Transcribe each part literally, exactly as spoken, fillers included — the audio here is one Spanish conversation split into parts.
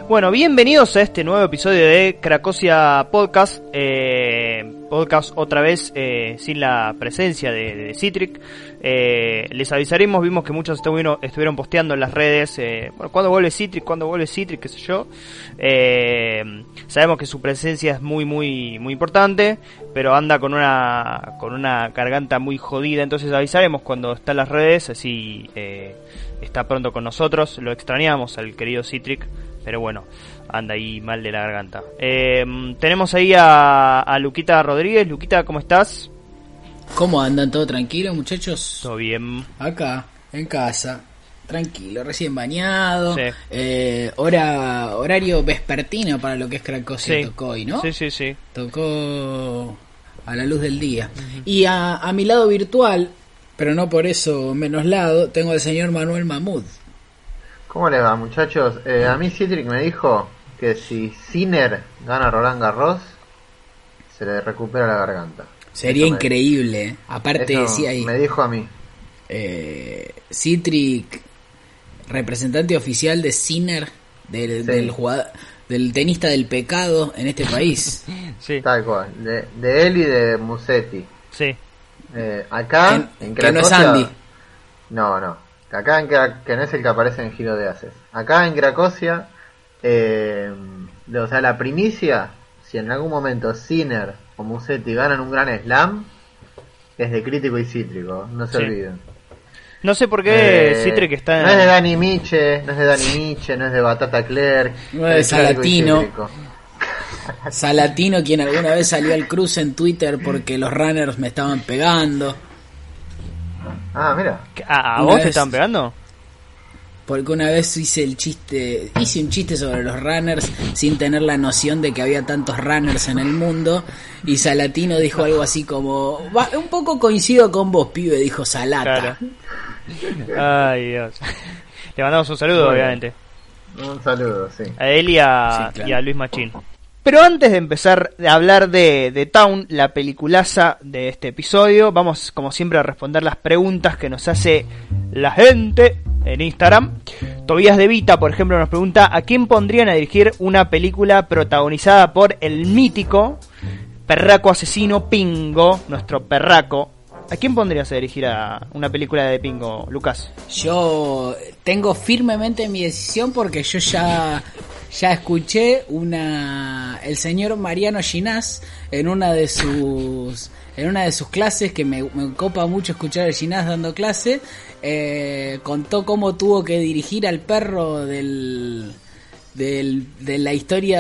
Bueno, bienvenidos a este nuevo episodio de Cracosia Podcast. Eh, podcast otra vez eh, sin la presencia de, de Citric. Eh, les avisaremos, vimos que muchos estuvieron, estuvieron posteando en las redes. Eh, bueno, ¿cuándo vuelve Citric? ¿Cuándo vuelve Citric? ¿Qué sé yo? Eh, sabemos que su presencia es muy, muy, muy importante, pero anda con una, con una garganta muy jodida. Entonces avisaremos cuando está en las redes, así eh, está pronto con nosotros. Lo extrañamos al querido Citric. Pero bueno, anda ahí mal de la garganta. Eh, tenemos ahí a, a Luquita Rodríguez. Luquita, ¿cómo estás? ¿Cómo andan? ¿Todo tranquilo, muchachos? Todo bien. Acá, en casa, tranquilo, recién bañado. Sí. Eh, hora, horario vespertino para lo que es Cracosia, Sí. Tocó hoy, ¿no? Sí, sí, sí. Tocó a la luz del día. Uh-huh. Y a, a mi lado virtual, pero no por eso menos lado, tengo al señor Manuel Mahmoud. ¿Cómo le va, muchachos? Eh, a mí Citric me dijo que si Sinner gana Roland Garros, se le recupera la garganta. Sería Eso increíble. Me... Aparte, decía ahí. Me dijo a mí. Eh, Citric, representante oficial de Sinner, del, sí. del jugador, del tenista del pecado en este país. Sí. Tal cual. De, de él y de Musetti. Sí. Eh, acá, que, en Cracosia, que no es Andy. No, no. Acá en Cra- que no es el que aparece en Giro de Haces. Acá en Cracosia, eh, o sea, la primicia, si en algún momento Sinner o Musetti ganan un gran slam, es de Crítico y Cítrico, no se sí. olviden. No sé por qué eh, Citric está en... No es de Dani Miche, no es de Dani Miche, no es de Batata Clerc, no es de Salatino. Salatino, quien alguna vez salió al cruce en Twitter porque los runners me estaban pegando. Ah, mira. ¿A, a vos te estaban pegando? Porque una vez hice el chiste, hice un chiste sobre los runners sin tener la noción de que había tantos runners en el mundo, y Salatino dijo algo así como, un poco coincido con vos, pibe, dijo Salata. Claro. Ay, Dios. Le mandamos un saludo, bueno, obviamente. Un saludo, sí. A él y a, sí, claro. y a Luis Machín. Pero antes de empezar a hablar de, de Town, la peliculaza de este episodio, vamos como siempre a responder las preguntas que nos hace la gente en Instagram. Tobías de Vita, por ejemplo, nos pregunta ¿a quién pondrían a dirigir una película protagonizada por el mítico perraco asesino Pingo, nuestro perraco? ¿A quién pondrías a dirigir a una película de Pingo, Lucas? Yo tengo firmemente mi decisión porque yo ya... Ya escuché una el señor Mariano Ginás en una de sus en una de sus clases, que me, me copa mucho escuchar a Ginás dando clase, eh, contó cómo tuvo que dirigir al perro del, del de la historia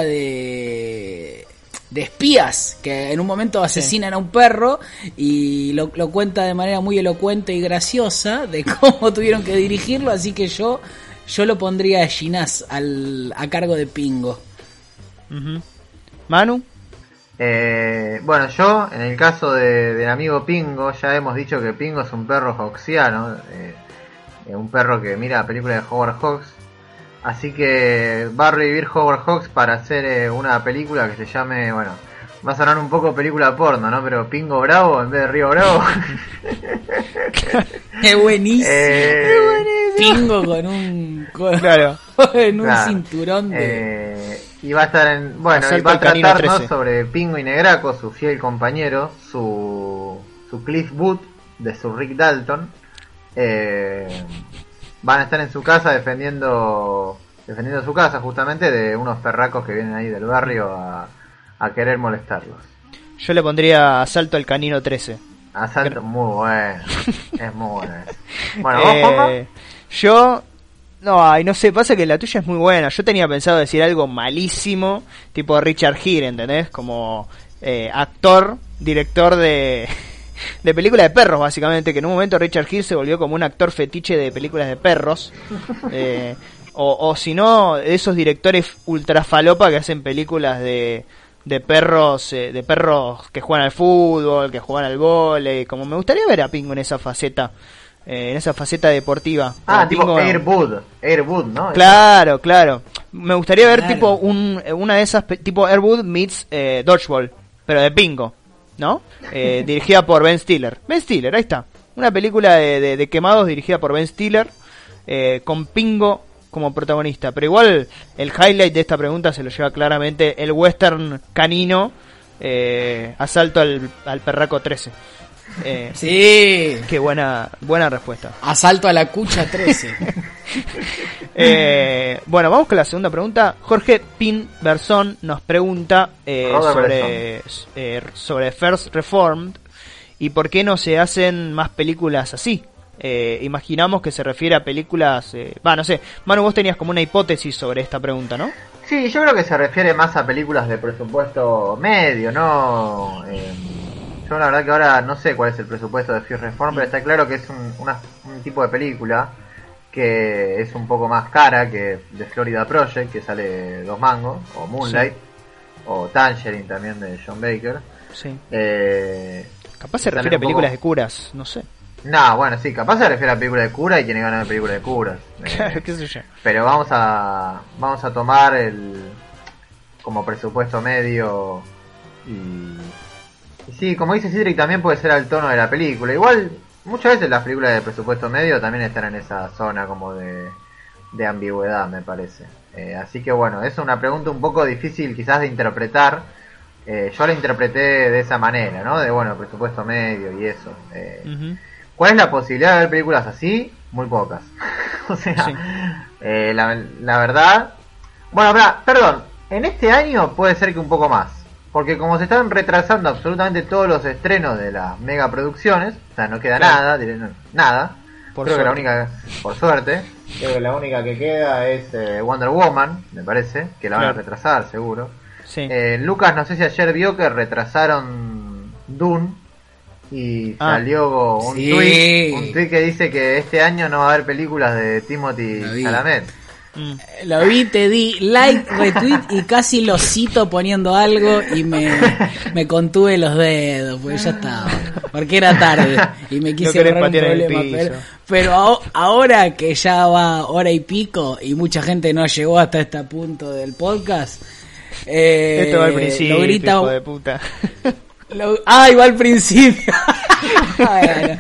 de de espías, que en un momento asesinan sí. a un perro, y lo, lo cuenta de manera muy elocuente y graciosa de cómo tuvieron que dirigirlo, así que yo Yo lo pondría a Ginás al, a cargo de Pingo. Uh-huh. ¿Manu? Eh, bueno, yo, en el caso de, del amigo Pingo, ya hemos dicho que Pingo es un perro hawksiano, eh, un perro que mira la película de Howard Hawks. Así que va a revivir Howard Hawks para hacer eh, una película que se llame, bueno, va a sonar un poco película porno, ¿no? Pero Pingo Bravo en vez de Río Bravo. ¡Qué buenísimo! Eh, ¡Qué buenísimo! Pingo con un... Con, claro. en un claro. cinturón de... Eh, y va a estar en... Bueno, y va a tratar, ¿no?, sobre Pingo y Negraco, su fiel compañero, su... su Cliff Booth, de su Rick Dalton. Eh, van a estar en su casa defendiendo... defendiendo su casa, justamente, de unos perracos que vienen ahí del barrio a... a querer molestarlos. Yo le pondría Asalto al Canino trece. Asalto, muy bueno. Es muy bueno. Bueno, ¿vos, Juanma? Eh, yo... No, ay, no sé, pasa que la tuya es muy buena. Yo tenía pensado decir algo malísimo, tipo Richard Gere, ¿entendés? Como eh, actor, director de... de películas de perros, básicamente. Que en un momento Richard Gere se volvió como un actor fetiche de películas de perros. Eh... O, o si no, esos directores ultra falopa que hacen películas de, de perros eh, de perros que juegan al fútbol, que juegan al vóley. Como me gustaría ver a Pingo en esa faceta, eh, en esa faceta deportiva. Ah, tipo Pingo, Air Bud, Air Bud, ¿no? Claro, claro. Me gustaría ver claro. tipo un una de esas, tipo Air Bud meets eh, Dodgeball, pero de Pingo, ¿no? Eh, dirigida por Ben Stiller. Ben Stiller, ahí está. Una película de, de, de quemados dirigida por Ben Stiller, eh, con Pingo como protagonista. Pero igual el highlight de esta pregunta se lo lleva claramente el western canino, eh, Asalto al, al Perraco trece. Eh, sí. Qué buena, buena respuesta. Asalto a la Cucha trece. eh, bueno, vamos con la segunda pregunta. Jorge Pin Bersón nos pregunta eh, sobre, eh, sobre First Reformed y por qué no se hacen más películas así. Eh, imaginamos que se refiere a películas... Va, eh, no sé. Manu, vos tenías como una hipótesis sobre esta pregunta, ¿no? Sí, yo creo que se refiere más a películas de presupuesto medio, ¿no? Eh, yo la verdad que ahora no sé cuál es el presupuesto de First Reform, pero está claro que es un, una, un tipo de película que es un poco más cara que The Florida Project, que sale dos mangos, o Moonlight, sí. O Tangerine también de John Baker. Sí. Eh, Capaz se refiere a películas poco... de curas, no sé. No, bueno, sí, capaz se refiere a películas de cura y tiene ganas de películas de curas. Claro, eh, qué sé yo. Pero vamos a vamos a tomar el como presupuesto medio y, y sí, como dice Cedric, también puede ser al tono de la película. Igual, muchas veces las películas de presupuesto medio también están en esa zona como de, de ambigüedad, me parece. Eh, así que bueno, es una pregunta un poco difícil quizás de interpretar. Eh, yo la interpreté de esa manera, ¿no? De bueno, presupuesto medio y eso. Eh, uh-huh. ¿Cuál es la posibilidad de ver películas así? Muy pocas. O sea, sí. eh, la, la verdad... Bueno, bra, perdón, en este año puede ser que un poco más. Porque como se están retrasando absolutamente todos los estrenos de las megaproducciones, o sea, no queda claro. nada, nada. Por creo suerte. que la única, por suerte, creo que la única que queda es eh, Wonder Woman, me parece, que la van claro. a retrasar seguro. Sí. Eh, Lucas, no sé si ayer vio que retrasaron Dune. Y ah, salió un sí. tweet un tweet que dice que este año no va a haber películas de Timothy Chalamet. Mm. Lo vi, te di like, retweet y casi lo cito poniendo algo y me, me contuve los dedos, porque ya estaba, porque era tarde y me quise ahorrar un problema. Pero, pero ahora que ya va hora y pico y mucha gente no llegó hasta este punto del podcast, eh, esto va al principio, lo grita, hijo de puta. Lo, ah, iba al principio. Dale,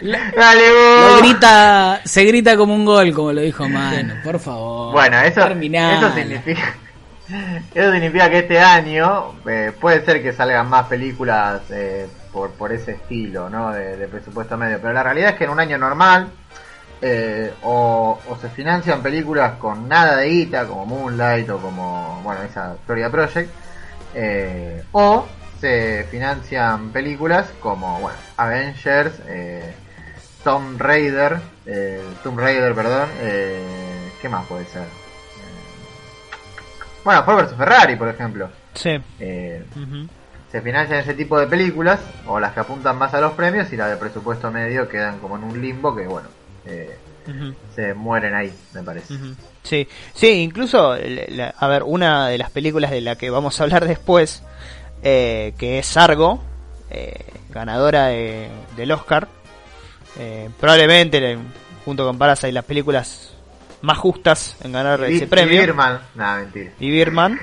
lo grita, se grita como un gol, como lo dijo Manu, por favor. Bueno, eso, eso significa eso significa que este año eh, puede ser que salgan más películas eh, por por ese estilo, ¿no? De, de presupuesto medio, pero la realidad es que en un año normal eh, o, o se financian películas con nada de guita, como Moonlight o como, bueno, esa Florida Project, eh, o se financian películas como, bueno, Avengers, eh, Tomb Raider, eh, Tomb Raider, perdón, eh, ¿qué más puede ser? Eh, bueno, Ford versus Ferrari, por ejemplo. Sí. Eh, uh-huh. Se financian ese tipo de películas, o las que apuntan más a los premios, y las de presupuesto medio quedan como en un limbo que, bueno, eh, uh-huh. se mueren ahí, me parece. Uh-huh. Sí, sí, incluso, la, a ver, una de las películas de la que vamos a hablar después, Eh, que es Argo, eh, ganadora de, del Oscar, eh, probablemente junto con Parasite las películas más justas en ganar y, ese premio. Y Birdman, nada, mentira. Y Birdman,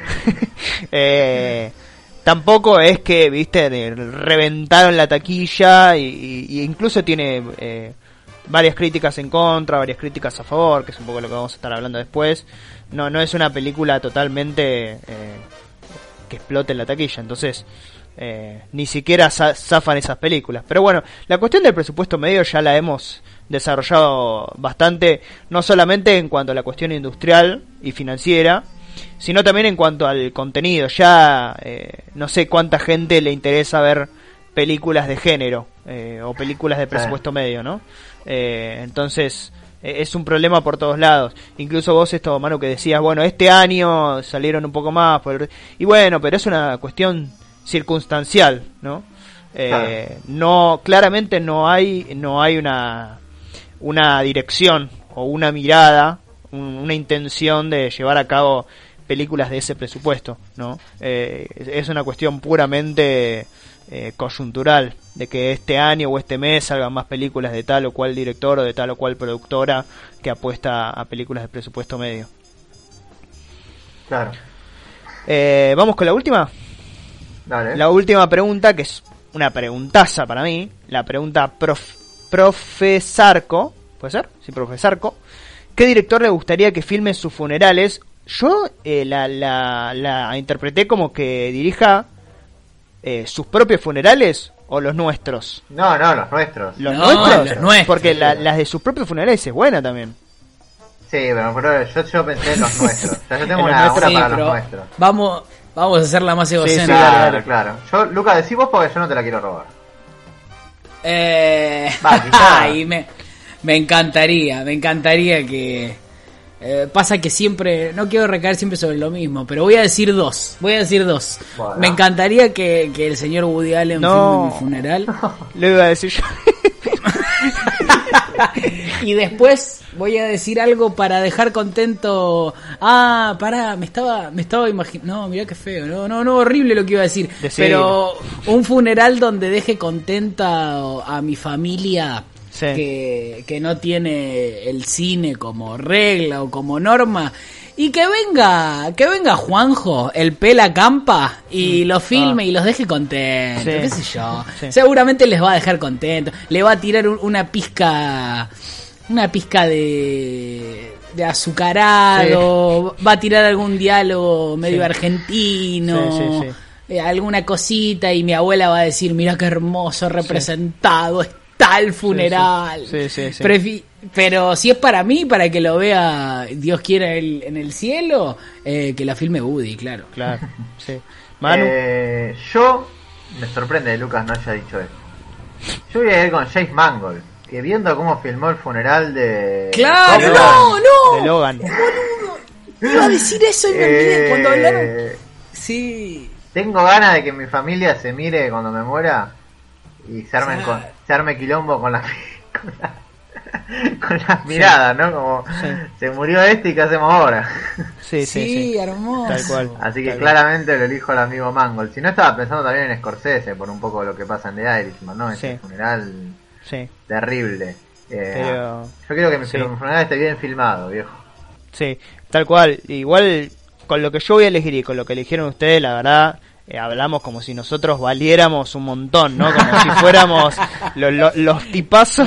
eh, tampoco es que, viste, reventaron la taquilla y, y, y incluso tiene eh, varias críticas en contra, varias críticas a favor, que es un poco lo que vamos a estar hablando después. No, no es una película totalmente eh, que explote en la taquilla, entonces eh, ni siquiera za- zafan esas películas. Pero bueno, la cuestión del presupuesto medio ya la hemos desarrollado bastante, no solamente en cuanto a la cuestión industrial y financiera, sino también en cuanto al contenido. Ya eh, no sé cuánta gente le interesa ver películas de género eh, o películas de presupuesto medio, ¿no? Eh, entonces es un problema por todos lados. Incluso vos, esto, Manu, que decías, bueno, este año salieron un poco más por el... y bueno, pero es una cuestión circunstancial, ¿no? Eh, claro. No, claramente no hay no hay una una dirección o una mirada, un, una intención de llevar a cabo películas de ese presupuesto, ¿no? Eh, es una cuestión puramente eh, coyuntural, de que este año o este mes salgan más películas de tal o cual director o de tal o cual productora que apuesta a películas de presupuesto medio. Claro. Eh, Vamos con la última. Dale. La última pregunta, que es una preguntaza para mí, la pregunta prof, Profesarco, ¿puede ser? Sí, Profesarco. ¿qué director le gustaría que filme sus funerales? Yo eh, la, la, la interpreté como que dirija eh, sus propios funerales o los nuestros. No, no, los nuestros. ¿Los No, nuestros? los nuestros. Porque la, las de sus propios funerales es buena también. Sí, pero, pero yo, yo pensé en los nuestros. O sea, yo tengo En los una, nuestros, una Sí, para pero los nuestros. Vamos, vamos a hacerla más sí, egocéntrica. dale, Claro, dale. claro. Yo, Lucas, decí vos porque yo no te la quiero robar. Eh, Va, quizá. ay, me, me encantaría, me encantaría que... eh, pasa que siempre, no quiero recaer siempre sobre lo mismo, pero voy a decir dos, voy a decir dos. Bueno. Me encantaría que, que el señor Woody Allen No. filme mi funeral. Lo iba a decir yo. Y después voy a decir algo para dejar contento. Ah, pará, me estaba, me estaba imaginando. No, mirá qué feo. No, no, no, horrible lo que iba a decir. Decilo. Pero un funeral donde deje contenta a mi familia. Sí. Que, que no tiene el cine como regla o como norma. Y que venga, que venga Juanjo, el pela campa, y lo filme Ah. y los deje contentos, Sí. qué sé yo. Sí. Seguramente les va a dejar contentos. Le va a tirar un- una pizca, una pizca de, de azucarado, va a tirar algún diálogo medio Sí. argentino. Sí, sí, sí. eh, alguna cosita, y mi abuela va a decir, mira qué hermoso representado está el funeral. Sí, sí, sí. Prefi- Pero si es para mí, para que lo vea Dios quiera el- en el cielo, eh, que la filme Woody, claro. Claro, sí. Manu, Eh, yo, me sorprende que Lucas no haya dicho esto. Yo voy a ir con James Mangold, que viendo cómo filmó el funeral de... ¡Claro! Copland, ¡No, no! de Logan. Iba a decir eso y me olvidé eh, cuando hablaron. Sí. Tengo ganas de que mi familia se mire cuando me muera y se armen Sí. con, se arme quilombo con las con, la- con las miradas, ¿no? Como Sí. se murió este y qué hacemos ahora. Sí, sí, sí. hermoso. Tal cual. Así que Tal claramente lo elijo al amigo Mangold. Si no, estaba pensando también en Scorsese por un poco lo que pasa en The Irishman, ¿no? Ese Sí. funeral Sí, terrible. Eh, Pero- Yo quiero que mi sí. mi funeral esté bien filmado, viejo. sí, tal cual. Igual, con lo que yo voy a elegir y con lo que eligieron ustedes, la verdad, eh, hablamos como si nosotros valiéramos un montón, ¿no? Como si fuéramos lo- lo- los tipazos.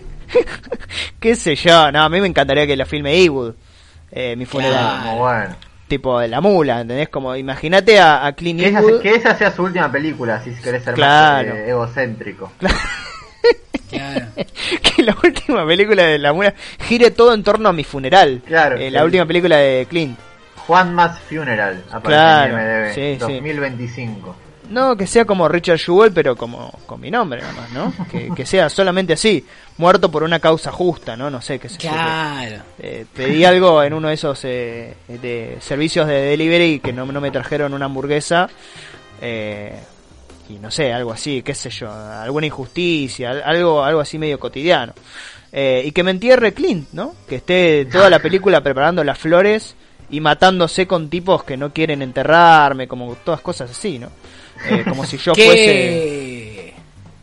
Qué sé yo, no, a mí me encantaría que la filme Ewood, eh, mi funeral. Claro. Como bueno. Tipo de la mula, ¿entendés? Como imagínate a, a Clint Que esa, Eastwood. que esa sea su última película, si querés ser Claro. más eh, egocéntrico. Claro. Que la última película de la mula gire todo en torno a mi funeral. Claro, Eh, la sí. última película de Clint. Juan Mas Funeral, aparece Claro, en I M D B, sí, sí. dos mil veinticinco. No, que sea como Richard Jewell, pero como con mi nombre nada más, ¿no? Que, que sea solamente así, muerto por una causa justa, ¿no? No sé, qué sé yo. Claro. Eh, pedí algo en uno de esos eh, de servicios de delivery que no, no me trajeron una hamburguesa. Eh, y no sé, algo así, qué sé yo, alguna injusticia, al- algo, algo así medio cotidiano. Eh, y que me entierre Clint, ¿no? Que esté toda la película preparando las flores y matándose con tipos que no quieren enterrarme, como todas cosas así, ¿no? Eh, como si yo Que- fuese...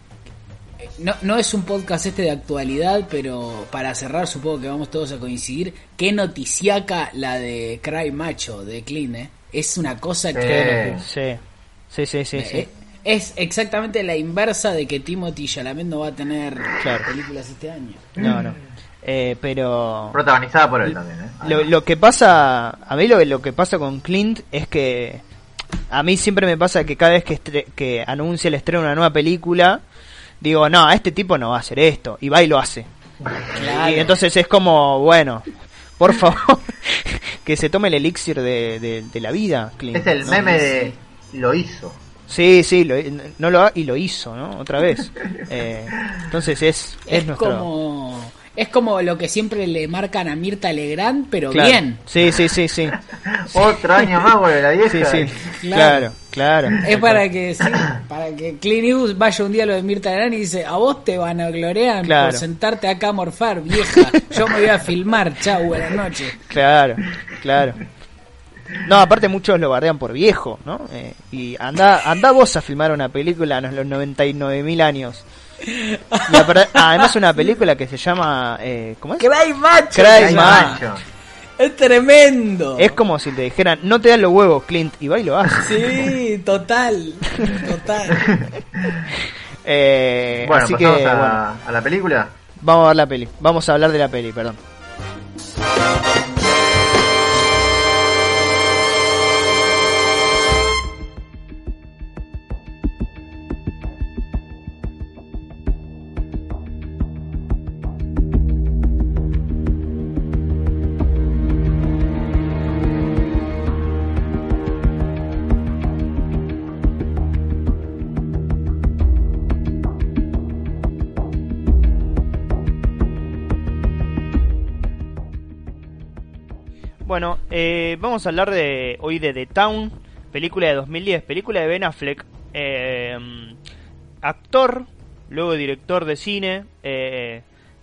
No, no es un podcast este de actualidad, pero para cerrar supongo que vamos todos a coincidir. Qué noticiaca la de Cry Macho de Clint, ¿eh? Es una cosa que... Sí, sí, sí, sí, sí. Eh, Es exactamente la inversa de que Timothy Chalamet no va a tener Claro. películas este año. No, no. Eh, pero... Protagonizada por él también, ¿eh? Lo, lo que pasa, a mí lo, lo que pasa con Clint es que a mí siempre me pasa que cada vez que, estre- que anuncia el estreno de una nueva película, digo, no, a este tipo no va a hacer esto, y va y lo hace. Claro. Y entonces es como, bueno, por favor, que se tome el elixir de, de, de la vida, Clint. Es el ¿no? meme de lo hizo. Sí, sí, lo, no lo ha y lo hizo, ¿no? Otra vez. Eh, entonces es, es, Es nuestro... como es como lo que siempre le marcan a Mirta Legrand, pero Claro. bien. Sí, sí, sí, sí. Otro año más vuelve la vieja. Sí, sí. Claro. Claro, claro. Es para que sí, para que Clint Eastwood vaya un día a lo de Mirta Legrand y dice, a vos te van a gloriar Claro. por sentarte acá a morfar, vieja. Yo me voy a filmar, chau, buenas noches. Claro, claro. No, aparte muchos lo bardean por viejo, ¿no? Eh, y anda anda vos a filmar una película a los noventa y nueve mil años. Y apar- además una película que se llama... Eh, ¿Cómo es? Cry Macho. Cry Ay, Man. macho. Es tremendo. Es como si te dijeran, no te dan los huevos, Clint, y va y lo hace. Sí, total, total. Eh, Bueno, así que, pasamos a, bueno, a la película. vamos a ver la peli. Vamos a hablar de la peli, perdón. Bueno, eh, vamos a hablar de hoy de The Town, película de dos mil diez, película de Ben Affleck, eh, actor, luego director de cine, eh,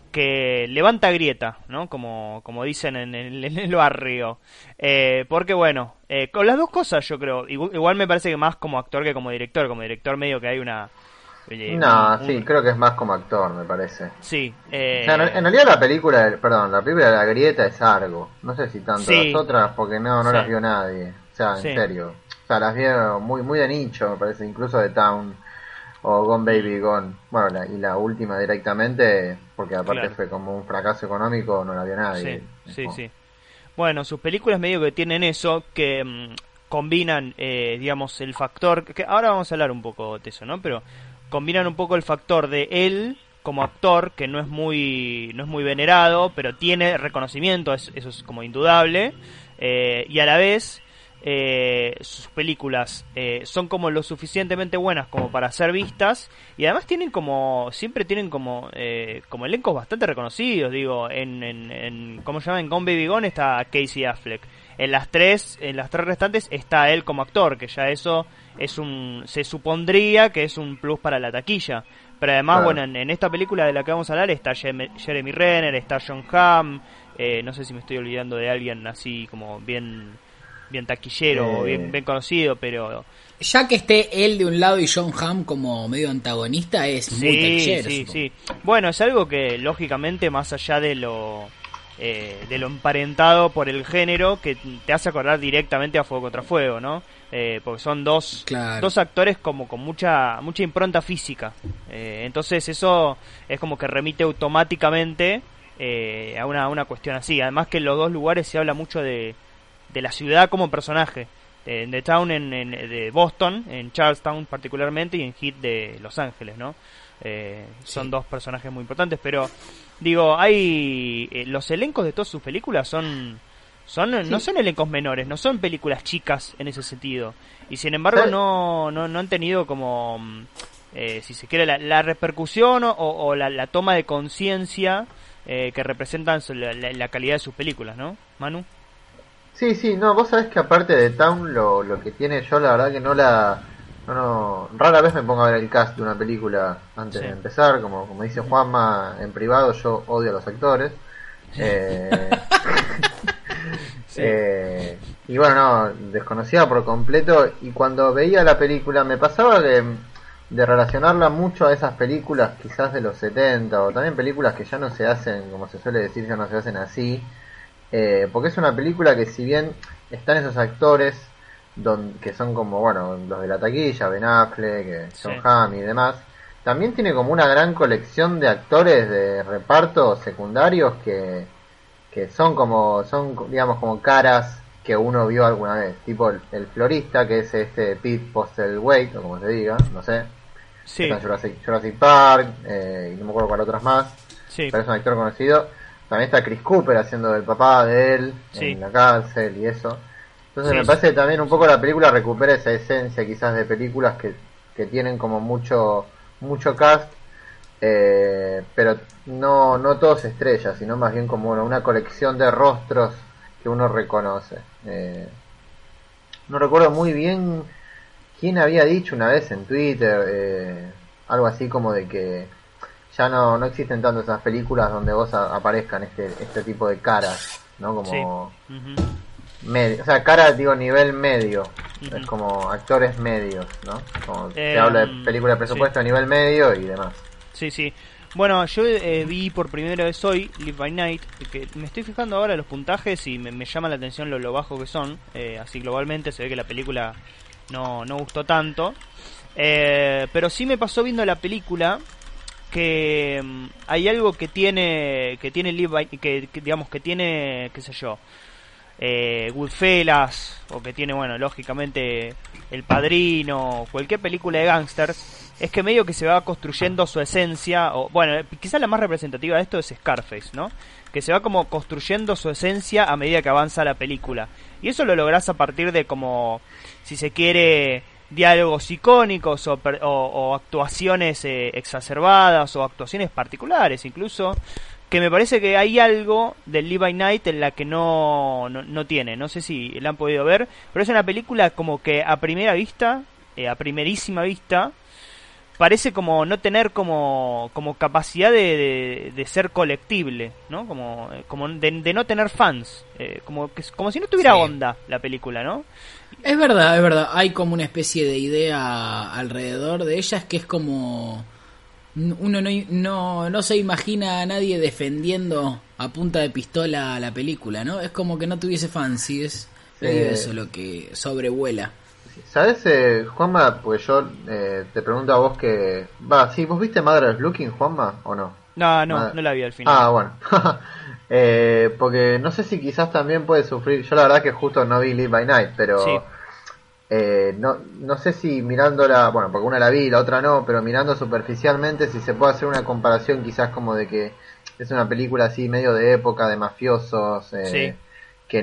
que levanta grieta, ¿no? Como, como dicen en el, en el barrio. Eh, porque bueno, eh, con las dos cosas yo creo, igual, igual me parece que más como actor que como director, como director medio que hay una... Eh, no, un, sí, un... creo que es más como actor, me parece. Sí. Eh... O sea, en, en realidad la película, perdón, la película de la grieta es algo. No sé si tanto sí. las otras, porque no, no sí. las vio nadie. O sea, en sí. serio. O sea, las vio muy, muy de nicho, me parece, incluso de Town. O Gone Baby Gone. Bueno, la, y la última directamente, porque aparte claro. fue como un fracaso económico, no la vio nadie. Sí, sí, sí. Bueno, sus películas medio que tienen eso, que mmm, combinan, eh, digamos, el factor... que ahora vamos a hablar un poco de eso, ¿no? Pero combinan un poco el factor de él como actor, que no es muy no es muy venerado, pero tiene reconocimiento, eso, eso es como indudable, eh, y a la vez... Eh, sus películas eh, son como lo suficientemente buenas como para ser vistas, y además tienen como siempre tienen como eh, como elencos bastante reconocidos. Digo, en, en, en ¿cómo se llama? En Gone Baby Gone está Casey Affleck, en las tres en las tres restantes está él como actor, que ya eso es un se supondría que es un plus para la taquilla. Pero además, claro. bueno, en, en esta película de la que vamos a hablar está Jeremy Renner, está John Hamm, eh, no sé si me estoy olvidando de alguien así como bien bien taquillero, eh... bien, bien conocido, pero... Ya que esté él de un lado y John Hamm como medio antagonista, es sí, muy taquillero. Sí, supongo. sí. Bueno, es algo que, lógicamente, más allá de lo eh, de lo emparentado por el género, que te hace acordar directamente a Fuego contra Fuego, ¿no? Eh, porque son dos, claro. dos actores como con mucha mucha impronta física. Eh, entonces eso es como que remite automáticamente eh, a una, a una cuestión así. Además que en los dos lugares se habla mucho de de la ciudad como personaje, en The Town en, en, de Boston, en Charlestown particularmente, y en Heat de Los Ángeles, ¿no? Eh, son sí. dos personajes muy importantes, pero digo, hay eh, los elencos de todas sus películas son son sí. no son elencos menores, no son películas chicas en ese sentido, y sin embargo no, no no han tenido como eh, si se quiere la, la repercusión o, o la, la toma de conciencia eh, que representan la, la, la calidad de sus películas, ¿no, Manu? Sí, sí, no, vos sabés que aparte de Town, lo, lo que tiene, yo la verdad que no la... No, no, rara vez me pongo a ver el cast de una película antes sí. de empezar, como, como dice Juanma en privado, yo odio a los actores. Eh, sí. eh, y bueno, no, desconocida por completo, y cuando veía la película me pasaba de, de relacionarla mucho a esas películas quizás de los setenta, o también películas que ya no se hacen, como se suele decir, ya no se hacen así. Eh, porque es una película que si bien están esos actores don, que son como, bueno, los de la taquilla, Ben Affleck, John sí. Hamm y demás, también tiene como una gran colección de actores de reparto secundarios que, que son como, son digamos como caras que uno vio alguna vez, tipo el, el florista, que es este Pete Postlethwaite, o como se diga, no sé, sí. está en Jurassic, Jurassic Park, eh, y no me acuerdo cuál otras más, sí. pero es un actor conocido. También está Chris Cooper haciendo del papá de él sí. en la cárcel y eso. Entonces sí, me parece que también un poco la película recupera esa esencia quizás de películas que, que tienen como mucho mucho cast, eh, pero no no todos estrellas, sino más bien como una, una colección de rostros que uno reconoce. Eh, no recuerdo muy bien quién había dicho una vez en Twitter, eh, algo así como de que ya no, no existen tanto esas películas donde vos a, aparezcan este este tipo de caras, ¿no? Como sí. uh-huh. medio, o sea, cara digo nivel medio, uh-huh. es como actores medios, ¿no? Como eh, se habla de película de presupuesto sí. a nivel medio y demás. Sí, sí. Bueno, yo eh, vi por primera vez hoy Live by Night, que me estoy fijando ahora los puntajes y me, me llama la atención lo, lo bajo que son, eh, así globalmente se ve que la película no, no gustó tanto, eh, pero sí me pasó viendo la película que um, hay algo que tiene que tiene Live by, que, que digamos que tiene qué sé yo eh, Goodfellas, o que tiene bueno lógicamente El Padrino, cualquier película de gángsters, es que medio que se va construyendo su esencia, o bueno, quizás la más representativa de esto es Scarface, ¿no? Que se va como construyendo su esencia a medida que avanza la película, y eso lo lográs a partir de como, si se quiere, diálogos icónicos o, o, o actuaciones eh, exacerbadas o actuaciones particulares incluso, que me parece que hay algo del Live by Night en la que no, no, no tiene. No sé si la han podido ver, pero es una película como que a primera vista, eh, a primerísima vista, parece como no tener como como capacidad de, de, de ser colectible, ¿no? Como como de, de no tener fans, eh, como que como si no tuviera sí. onda la película, ¿no? Es verdad, es verdad. Hay como una especie de idea alrededor de ellas que es como uno no no no se imagina a nadie defendiendo a punta de pistola la película, ¿no? Es como que no tuviese fans, y es eh, eso lo que sobrevuela. ¿Sabes, eh, Juanma? Pues yo eh, te pregunto a vor que... Va, sí, ¿vos viste Mother's Looking, Juanma, o no? No, no, Mother... no la vi al final. Ah, bueno. eh, porque no sé si quizás también puede sufrir... Yo la verdad que justo no vi Live by Night, pero... Sí. Eh, no, no sé si mirándola... Bueno, porque una la vi y la otra no, pero mirando superficialmente si se puede hacer una comparación quizás como de que es una película así medio de época, de mafiosos... Eh, sí. que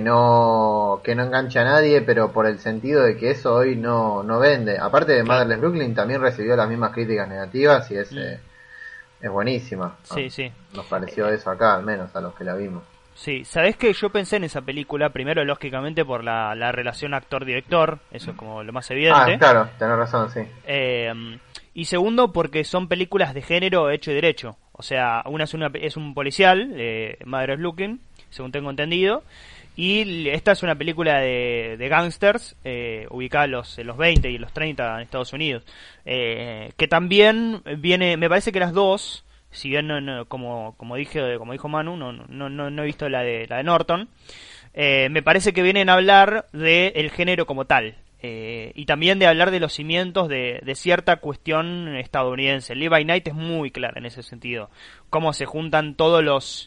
no que no engancha a nadie, pero por el sentido de que eso hoy no, no vende. Aparte de claro. Motherless Brooklyn también recibió las mismas críticas negativas y es, mm. eh, es buenísima. Sí, ¿no? sí. Nos pareció eh, eso acá, al menos a los que la vimos. Sí, ¿sabés que yo pensé en esa película? Primero, lógicamente, por la, la relación actor-director, eso es como lo más evidente. Ah, claro, tenés razón, sí. Eh, y segundo, porque son películas de género hecho y derecho. O sea, una es, una, es un policial, eh, Motherless Brooklyn, según tengo entendido. Y esta es una película de, de gangsters, eh, ubicada en los, en los veinte y los treinta en Estados Unidos, eh, que también viene, me parece que las dos, si bien no, no, como como dije como dijo Manu, no no no, no he visto la de la de Norton, eh, me parece que vienen a hablar del género como tal, eh, y también de hablar de los cimientos de, de cierta cuestión estadounidense. Live by Night es muy clara en ese sentido, cómo se juntan todos los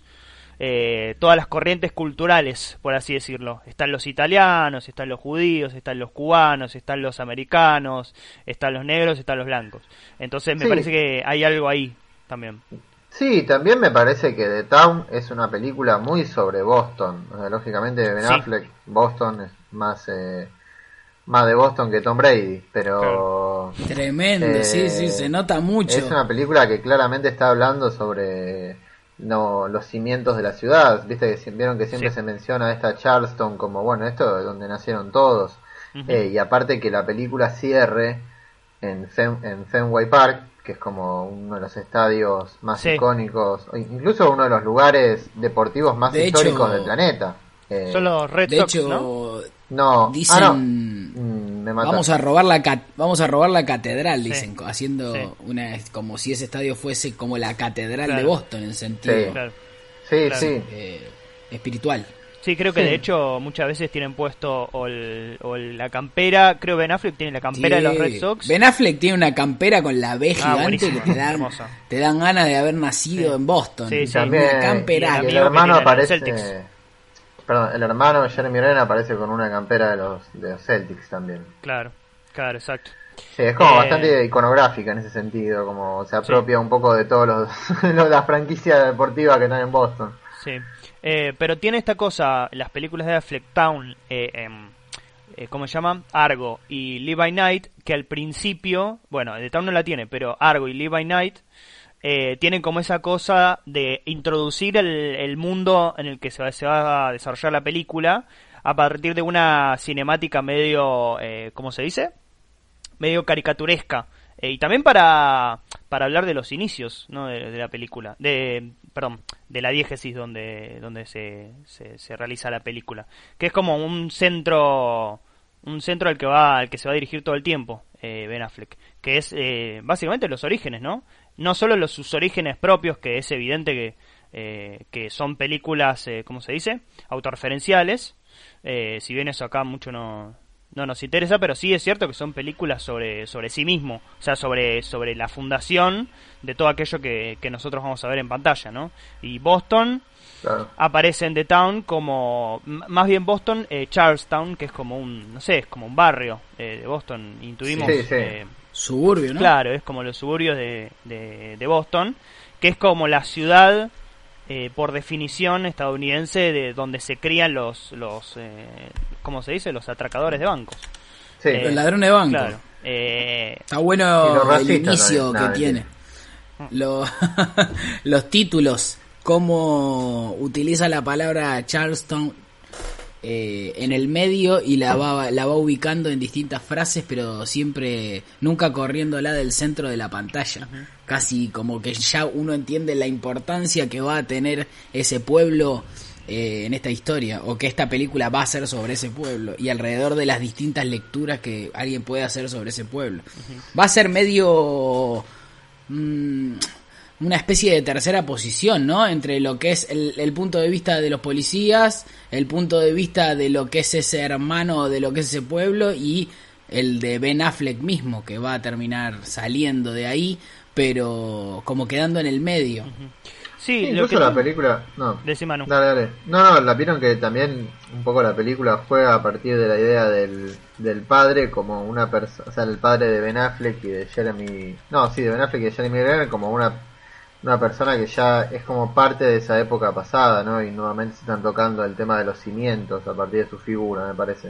Eh, todas las corrientes culturales, por así decirlo. Están los italianos, están los judíos, están los cubanos, están los americanos, están los negros, están los blancos. Entonces me sí. parece que hay algo ahí también. Sí, también me parece que The Town es una película muy sobre Boston. O sea, lógicamente Ben sí. Affleck, Boston es más eh, más de Boston que Tom Brady, pero claro. Tremendo, eh, sí, sí, se nota mucho. Es una película que claramente está hablando sobre no los cimientos de la ciudad. Viste que vieron que siempre sí. se menciona esta Charleston como bueno, esto es donde nacieron todos. Uh-huh. eh, y aparte que la película cierre en, Fen, en Fenway Park, que es como uno de los estadios más sí. icónicos, incluso uno de los lugares deportivos más de históricos hecho, del planeta. Eh, son los Red de Sox, hecho, ¿no? No, dicen ah, no. Mm, me vamos a robar la cat- vamos a robar la catedral, sí. dicen, haciendo sí. una como si ese estadio fuese como la catedral claro. de Boston en sentido sí, claro. sí, claro. sí. Eh, espiritual. Sí, creo que sí. de hecho muchas veces tienen puesto o, el, o la campera, creo Ben Affleck tiene la campera sí. de los Red Sox. Ben Affleck tiene una campera con la B ah, gigante que te dan, te dan ganas de haber nacido sí. en Boston. Sí, sí. También, una campera. Y el, el hermano aparece... Perdón, el hermano Jeremy Renner aparece con una campera de los de los Celtics también. Claro, claro, exacto. Sí, es como eh... bastante iconográfica en ese sentido, como se apropia sí. un poco de todos los las franquicias deportivas que están en Boston. Sí, eh, pero tiene esta cosa, las películas de Affleck, Town, eh, eh, eh, ¿cómo se llama? Argo y Live by Night, que al principio, bueno, The Town no la tiene, pero Argo y Live by Night Eh, tienen como esa cosa de introducir el, el mundo en el que se va, se va a desarrollar la película a partir de una cinemática medio, eh, ¿cómo se dice? Medio caricaturesca. Eh, y también para, para hablar de los inicios, ¿no? de, de la película. De, perdón, de la diégesis donde, donde se, se, se realiza la película. Que es como un centro... un centro al que va al que se va a dirigir todo el tiempo, eh, Ben Affleck, que es eh, básicamente los orígenes, ¿no? No solo los sus orígenes propios, que es evidente que eh, que son películas, eh, ¿cómo se dice? Autorreferenciales, eh, si bien eso acá mucho no no nos interesa, pero sí es cierto que son películas sobre sobre sí mismo, o sea, sobre sobre la fundación de todo aquello que, que nosotros vamos a ver en pantalla, ¿no? Y Boston claro. aparece en The Town como, m- más bien Boston, eh, Charlestown, que es como un, no sé, es como un barrio eh, de Boston, intuimos. Sí, sí. Eh, Suburbio, ¿no? Claro, es como los suburbios de, de, de Boston, que es como la ciudad, eh, por definición estadounidense, de donde se crían los, los eh, ¿cómo se dice? Los atracadores de bancos. Sí. Eh, los ladrones de banco. Claro. Eh, Está bueno el inicio también. que tiene. Los, los títulos cómo utiliza la palabra Charleston eh, en el medio y la va, la va ubicando en distintas frases, pero siempre, nunca corriéndola del centro de la pantalla. Uh-huh. Casi como que ya uno entiende la importancia que va a tener ese pueblo eh, en esta historia, o que esta película va a ser sobre ese pueblo, y alrededor de las distintas lecturas que alguien puede hacer sobre ese pueblo. Uh-huh. Va a ser medio... Mmm, una especie de tercera posición, ¿no? Entre lo que es el, el punto de vista de los policías, el punto de vista de lo que es ese hermano, de lo que es ese pueblo, y el de Ben Affleck mismo, que va a terminar saliendo de ahí, pero como quedando en el medio. Uh-huh. Sí, sí, incluso lo que la tú... película... No, Decí, Manu. Dale, dale. No, no, la vieron que también un poco la película juega a partir de la idea del, del padre como una persona... O sea, el padre de Ben Affleck y de Jeremy... No, sí, de Ben Affleck y de Jeremy Renner como una... una persona que ya es como parte de esa época pasada, ¿no? Y nuevamente se están tocando el tema de los cimientos a partir de su figura, me parece.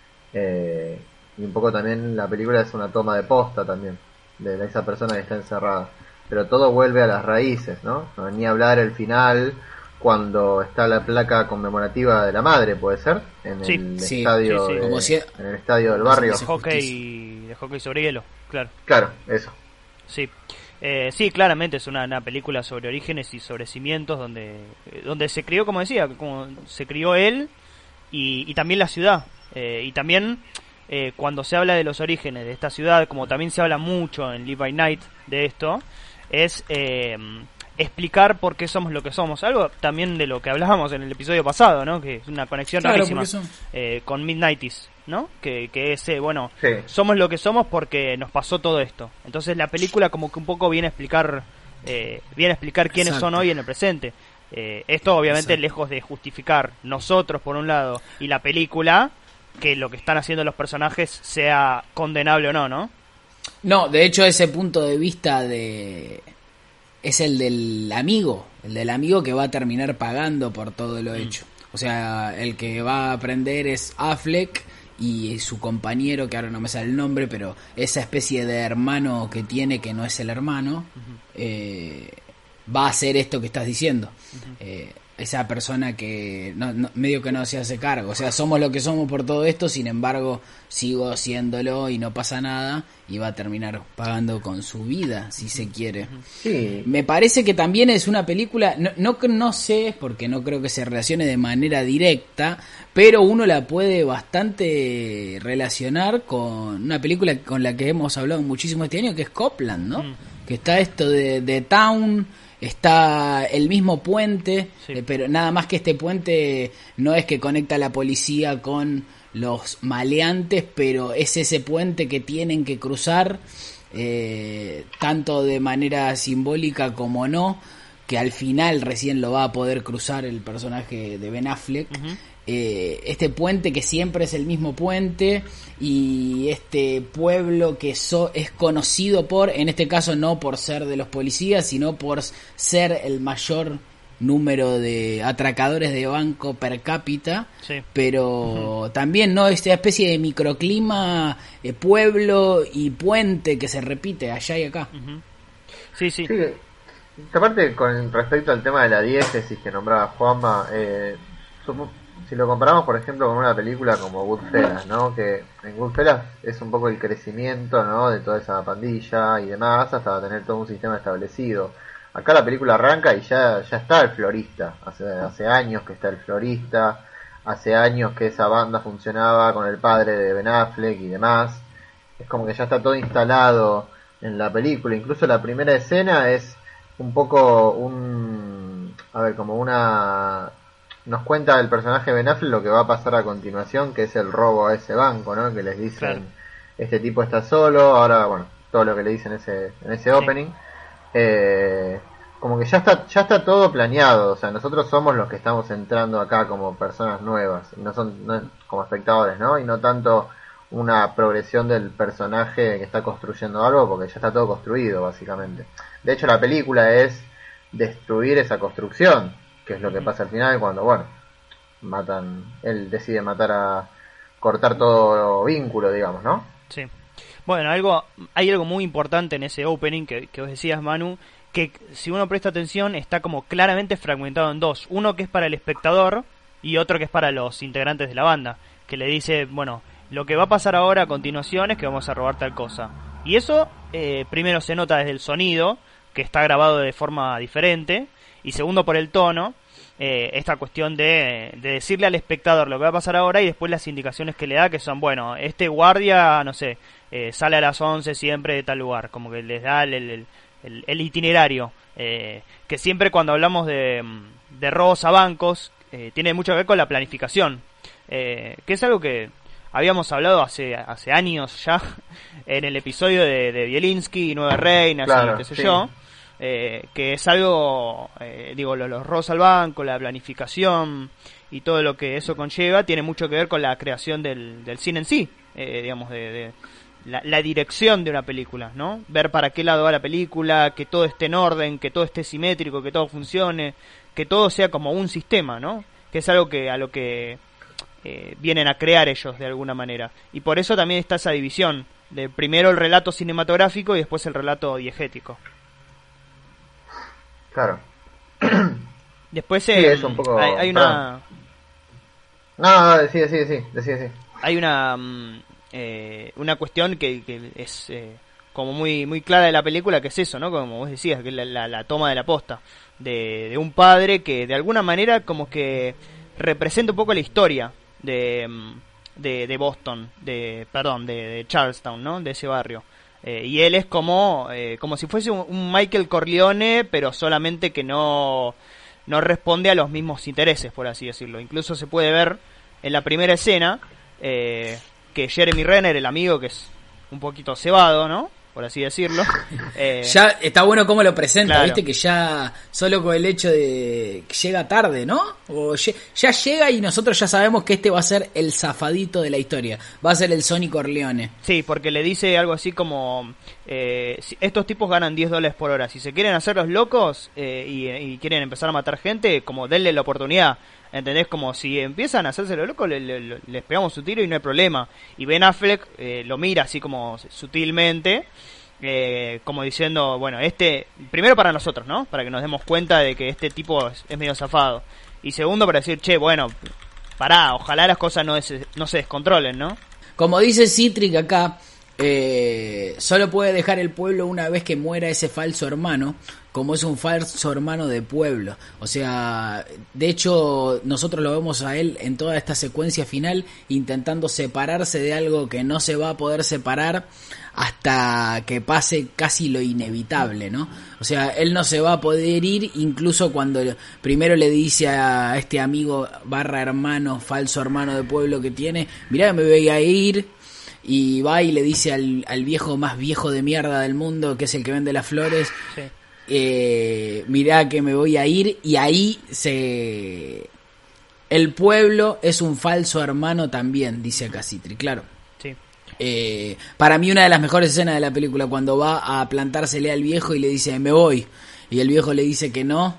Eh, y un poco también la película es una toma de posta también, de esa persona que está encerrada. Pero todo vuelve a las raíces, ¿no? No, ni hablar el final, cuando está la placa conmemorativa de la madre, ¿puede ser? En sí, el sí, estadio sí, sí. De, Como si... en el estadio del barrio. De hockey, de hockey sobre hielo, claro. Claro, eso. Sí. Eh, sí, claramente es una, una película sobre orígenes y sobre cimientos donde donde se crió, como decía, como se crió él y, y también la ciudad. Eh, y también eh, cuando se habla de los orígenes de esta ciudad, como también se habla mucho en Live by Night de esto, es eh, explicar por qué somos lo que somos. Algo también de lo que hablábamos en el episodio pasado, ¿no? Que es una conexión claro, rarísima eh, con Midnighties, ¿no? Que, que es, eh, bueno, sí. Somos lo que somos porque nos pasó todo esto. Entonces la película como que un poco viene a explicar eh, viene a explicar quiénes Exacto. son hoy en el presente. Eh, esto obviamente Exacto. lejos de justificar nosotros por un lado y la película, que lo que están haciendo los personajes sea condenable o no, ¿no? No, de hecho ese punto de vista de es el del amigo, el del amigo que va a terminar pagando por todo lo hecho. O sea, el que va a aprender es Affleck y su compañero, que ahora no me sale el nombre, pero esa especie de hermano que tiene que no es el hermano, uh-huh. eh, va a hacer esto que estás diciendo. Uh-huh. Eh, esa persona que no, no, medio que no se hace cargo. O sea, somos lo que somos por todo esto, sin embargo, sigo haciéndolo y no pasa nada, y va a terminar pagando con su vida, si se quiere. Sí. Me parece que también es una película, no, no, no sé, porque no creo que se relacione de manera directa, pero uno la puede bastante relacionar con una película con la que hemos hablado muchísimo este año, que es Copland, ¿no? Mm. Que está esto de, de Town... Está el mismo puente, sí. eh, pero nada más que este puente no es que conecta a la policía con los maleantes, pero es ese puente que tienen que cruzar, eh, tanto de manera simbólica como no, que al final recién lo va a poder cruzar el personaje de Ben Affleck. Uh-huh. Eh, este puente que siempre es el mismo puente, y este pueblo que so, es conocido por, en este caso no por ser de los policías, sino por ser el mayor número de atracadores de banco per cápita, sí. Pero uh-huh. también no esta especie de microclima, eh, pueblo y puente que se repite allá y acá. Uh-huh. Sí, sí. Sí, aparte con respecto al tema de la diégesis que nombraba Juanma, eh, supongo si lo comparamos, por ejemplo, con una película como Goodfellas, ¿no? Que en Goodfellas es un poco el crecimiento, ¿no? De toda esa pandilla y demás, hasta tener todo un sistema establecido. Acá la película arranca y ya ya está el florista. Hace hace años que está el florista, hace años que esa banda funcionaba con el padre de Ben Affleck y demás. Es como que ya está todo instalado en la película. Incluso la primera escena es un poco un... A ver, como una... Nos cuenta el personaje de Ben Affleck lo que va a pasar a continuación, que es el robo a ese banco, ¿no? Que les dicen, claro. Este tipo está solo, ahora, bueno, todo lo que le dicen en ese, en ese sí. opening. Eh, como que ya está ya está todo planeado, o sea, nosotros somos los que estamos entrando acá como personas nuevas, y no son no, como espectadores, ¿no? Y no tanto una progresión del personaje que está construyendo algo, porque ya está todo construido, básicamente. De hecho, la película es destruir esa construcción, que es lo que pasa al final cuando, bueno, matan, él decide matar a cortar todo vínculo, digamos, ¿no? Sí. Bueno, algo hay algo muy importante en ese opening que, que vos decías, Manu, que si uno presta atención está como claramente fragmentado en dos. Uno que es para el espectador y otro que es para los integrantes de la banda, que le dice, bueno, lo que va a pasar ahora a continuación es que vamos a robar tal cosa. Y eso eh, primero se nota desde el sonido, que está grabado de forma diferente, y segundo por el tono, eh, esta cuestión de, de decirle al espectador lo que va a pasar ahora y después las indicaciones que le da, que son, bueno, este guardia, no sé, eh, sale a las once siempre de tal lugar, como que les da el, el, el, el itinerario, eh, que siempre cuando hablamos de, de robos a bancos, eh, tiene mucho que ver con la planificación, eh, que es algo que habíamos hablado hace hace años ya, en el episodio de, de Bielinski, Nueve Reinas, claro, y qué sé sí. yo, eh, que es algo, eh, digo, los, los robos al banco, la planificación y todo lo que eso conlleva, tiene mucho que ver con la creación del, del cine en sí, eh, digamos, de, de la, la dirección de una película, ¿no? Ver para qué lado va la película, que todo esté en orden, que todo esté simétrico, que todo funcione, que todo sea como un sistema, ¿no? Que es algo que a lo que eh, vienen a crear ellos de alguna manera. Y por eso también está esa división de primero el relato cinematográfico y después el relato diegético. Claro. Después Sí, eh, es un poco... hay, hay una... No, no, no, sí, sí, sí, sí, sí. Hay una mm, eh, una cuestión que, que es eh, como muy muy clara de la película, que es eso, ¿no? Como vos decías, que es la, la, la toma de la posta de, de un padre que de alguna manera como que representa un poco la historia de, de, de Boston, de perdón, de, de Charlestown, ¿no? De ese barrio. Eh, y él es como eh, como si fuese un, un Michael Corleone, pero solamente que no no responde a los mismos intereses, por así decirlo. Incluso se puede ver en la primera escena eh, que Jeremy Renner, el amigo, que es un poquito cebado, ¿no? Por así decirlo. Eh, ya está bueno cómo lo presenta, claro. Viste que ya solo con el hecho de que llega tarde, ¿no? O lle- ya llega y nosotros ya sabemos que este va a ser el zafadito de la historia. Va a ser el Sonny Corleone. Sí, porque le dice algo así como, eh, si estos tipos ganan diez dólares por hora. Si se quieren hacer los locos eh, y, y quieren empezar a matar gente, como denle la oportunidad. ¿Entendés? Como si empiezan a hacerse los locos, le, le, les pegamos su tiro y no hay problema. Y Ben Affleck eh, lo mira así como sutilmente, eh, como diciendo, bueno, este, primero para nosotros, ¿no? Para que nos demos cuenta de que este tipo es, es medio zafado. Y segundo para decir, che, bueno, pará, ojalá las cosas no, des, no se descontrolen, ¿no? Como dice Citric acá, eh, solo puede dejar el pueblo una vez que muera ese falso hermano, como es un falso hermano de pueblo. O sea, de hecho nosotros lo vemos a él en toda esta secuencia final intentando separarse de algo que no se va a poder separar hasta que pase casi lo inevitable, ¿no? O sea, él no se va a poder ir, incluso cuando primero le dice a este amigo barra hermano, falso hermano de pueblo que tiene, mirá, me voy a ir. Y va y le dice al, al viejo más viejo de mierda del mundo, que es el que vende las flores, Sí. eh, mirá que me voy a ir. Y ahí se... El pueblo es un falso hermano también, dice acá Citri, claro. Sí. Eh, para mí una de las mejores escenas de la película, cuando va a plantársele al viejo y le dice, me voy. Y el viejo le dice que no.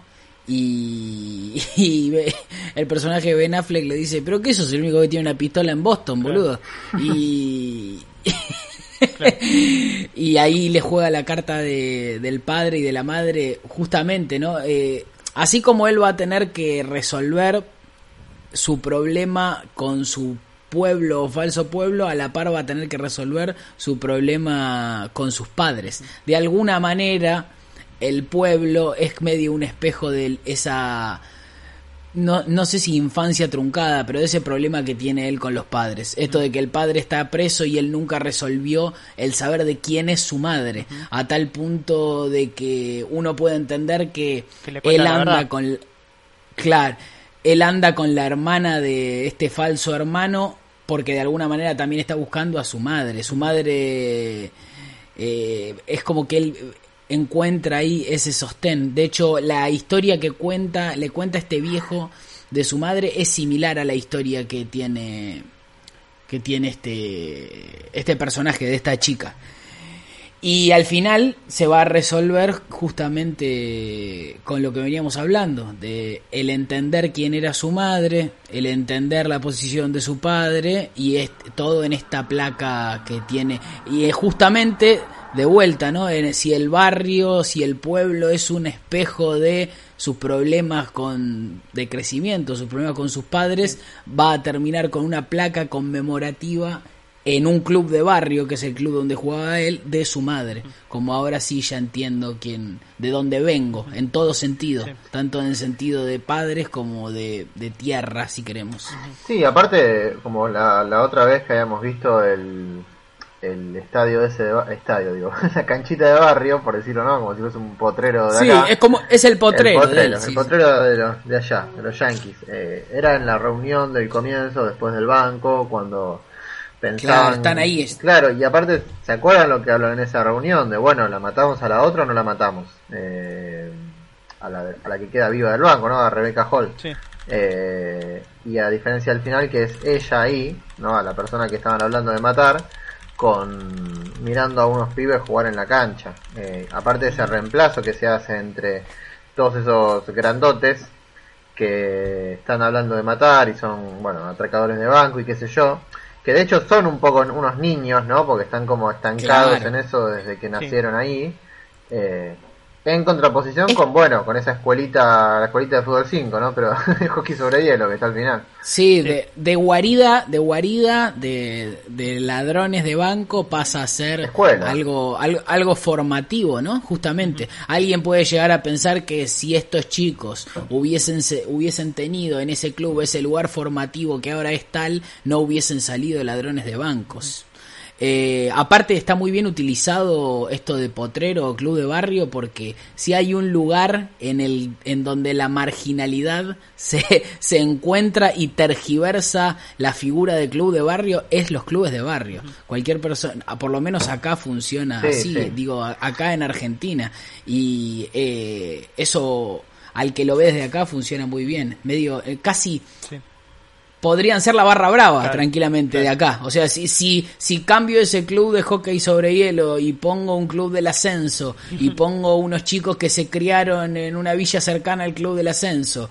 Y, y el personaje de Ben Affleck le dice, pero que eso es el único que tiene una pistola en Boston, boludo. Claro. Y claro. Y ahí le juega la carta de, del padre y de la madre, justamente, ¿no? Eh, así como él va a tener que resolver su problema con su pueblo o falso pueblo, a la par va a tener que resolver su problema con sus padres. De alguna manera el pueblo es medio un espejo de esa, no, no sé si infancia truncada, pero de ese problema que tiene él con los padres. Esto de que el padre está preso y él nunca resolvió el saber de quién es su madre, uh-huh. a tal punto de que uno puede entender que, que él anda con... Claro, él anda con la hermana de este falso hermano porque de alguna manera también está buscando a su madre. Su madre eh, es como que él encuentra ahí ese sostén. De hecho, la historia que cuenta, le cuenta este viejo de su madre es similar a la historia que tiene que tiene este este personaje de esta chica. Y al final se va a resolver justamente con lo que veníamos hablando, de el entender quién era su madre, el entender la posición de su padre, y es todo en esta placa que tiene. Y justamente de vuelta, ¿no? En, si el barrio, si el pueblo es un espejo de sus problemas con de crecimiento, sus problemas con sus padres, va a terminar con una placa conmemorativa en un club de barrio, que es el club donde jugaba él, de su madre. Como ahora sí ya entiendo quién, de dónde vengo, en todo sentido, sí. Tanto en el sentido de padres como de, de tierra, si queremos. Sí, aparte, como la, la otra vez que habíamos visto el, el estadio ese, de, estadio digo, la canchita de barrio, por decirlo, ¿no? Como si fuese un potrero de sí, acá. Sí, es como, es el potrero. El potrero, de él, el sí, potrero de, los, de allá, de los Yankees. Eh, era en la reunión del comienzo, después del banco, cuando... pensaban, claro, están ahí. Claro, y aparte, ¿se acuerdan lo que hablan en esa reunión? De, bueno, ¿la matamos a la otra o no la matamos? Eh, a, la, a la que queda viva del banco, ¿no? A Rebecca Hall. Sí. Eh, y a diferencia del final, que es ella ahí, ¿no? A la persona que estaban hablando de matar, con mirando a unos pibes jugar en la cancha. Eh, aparte de ese reemplazo que se hace entre todos esos grandotes que están hablando de matar y son, bueno, atracadores de banco y qué sé yo, que de hecho son un poco unos niños, ¿no? Porque están como estancados claro. en eso desde que nacieron sí. ahí. Eh, en contraposición con, bueno, con esa escuelita, la escuelita de fútbol cinco, ¿no? Pero el hockey sobre hielo que está al final. Sí, sí. De, de guarida, de guarida, de, de ladrones de banco pasa a ser Escuela. algo, algo, algo formativo, ¿no? Justamente. Uh-huh. Alguien puede llegar a pensar que si estos chicos hubiesen, hubiesen tenido en ese club ese lugar formativo que ahora es tal, no hubiesen salido ladrones de bancos. Uh-huh. Eh, aparte está muy bien utilizado esto de potrero o club de barrio, porque si hay un lugar en el en donde la marginalidad se, se encuentra y tergiversa la figura de club de barrio, es los clubes de barrio. Cualquier persona, por lo menos acá funciona sí, así, sí. digo, acá en Argentina, y eh, eso al que lo ve desde acá funciona muy bien, medio eh, casi sí. Podrían ser la barra brava claro, tranquilamente claro. de acá. O sea, si, si si cambio ese club de hockey sobre hielo y pongo un club del ascenso y pongo unos chicos que se criaron en una villa cercana al club del ascenso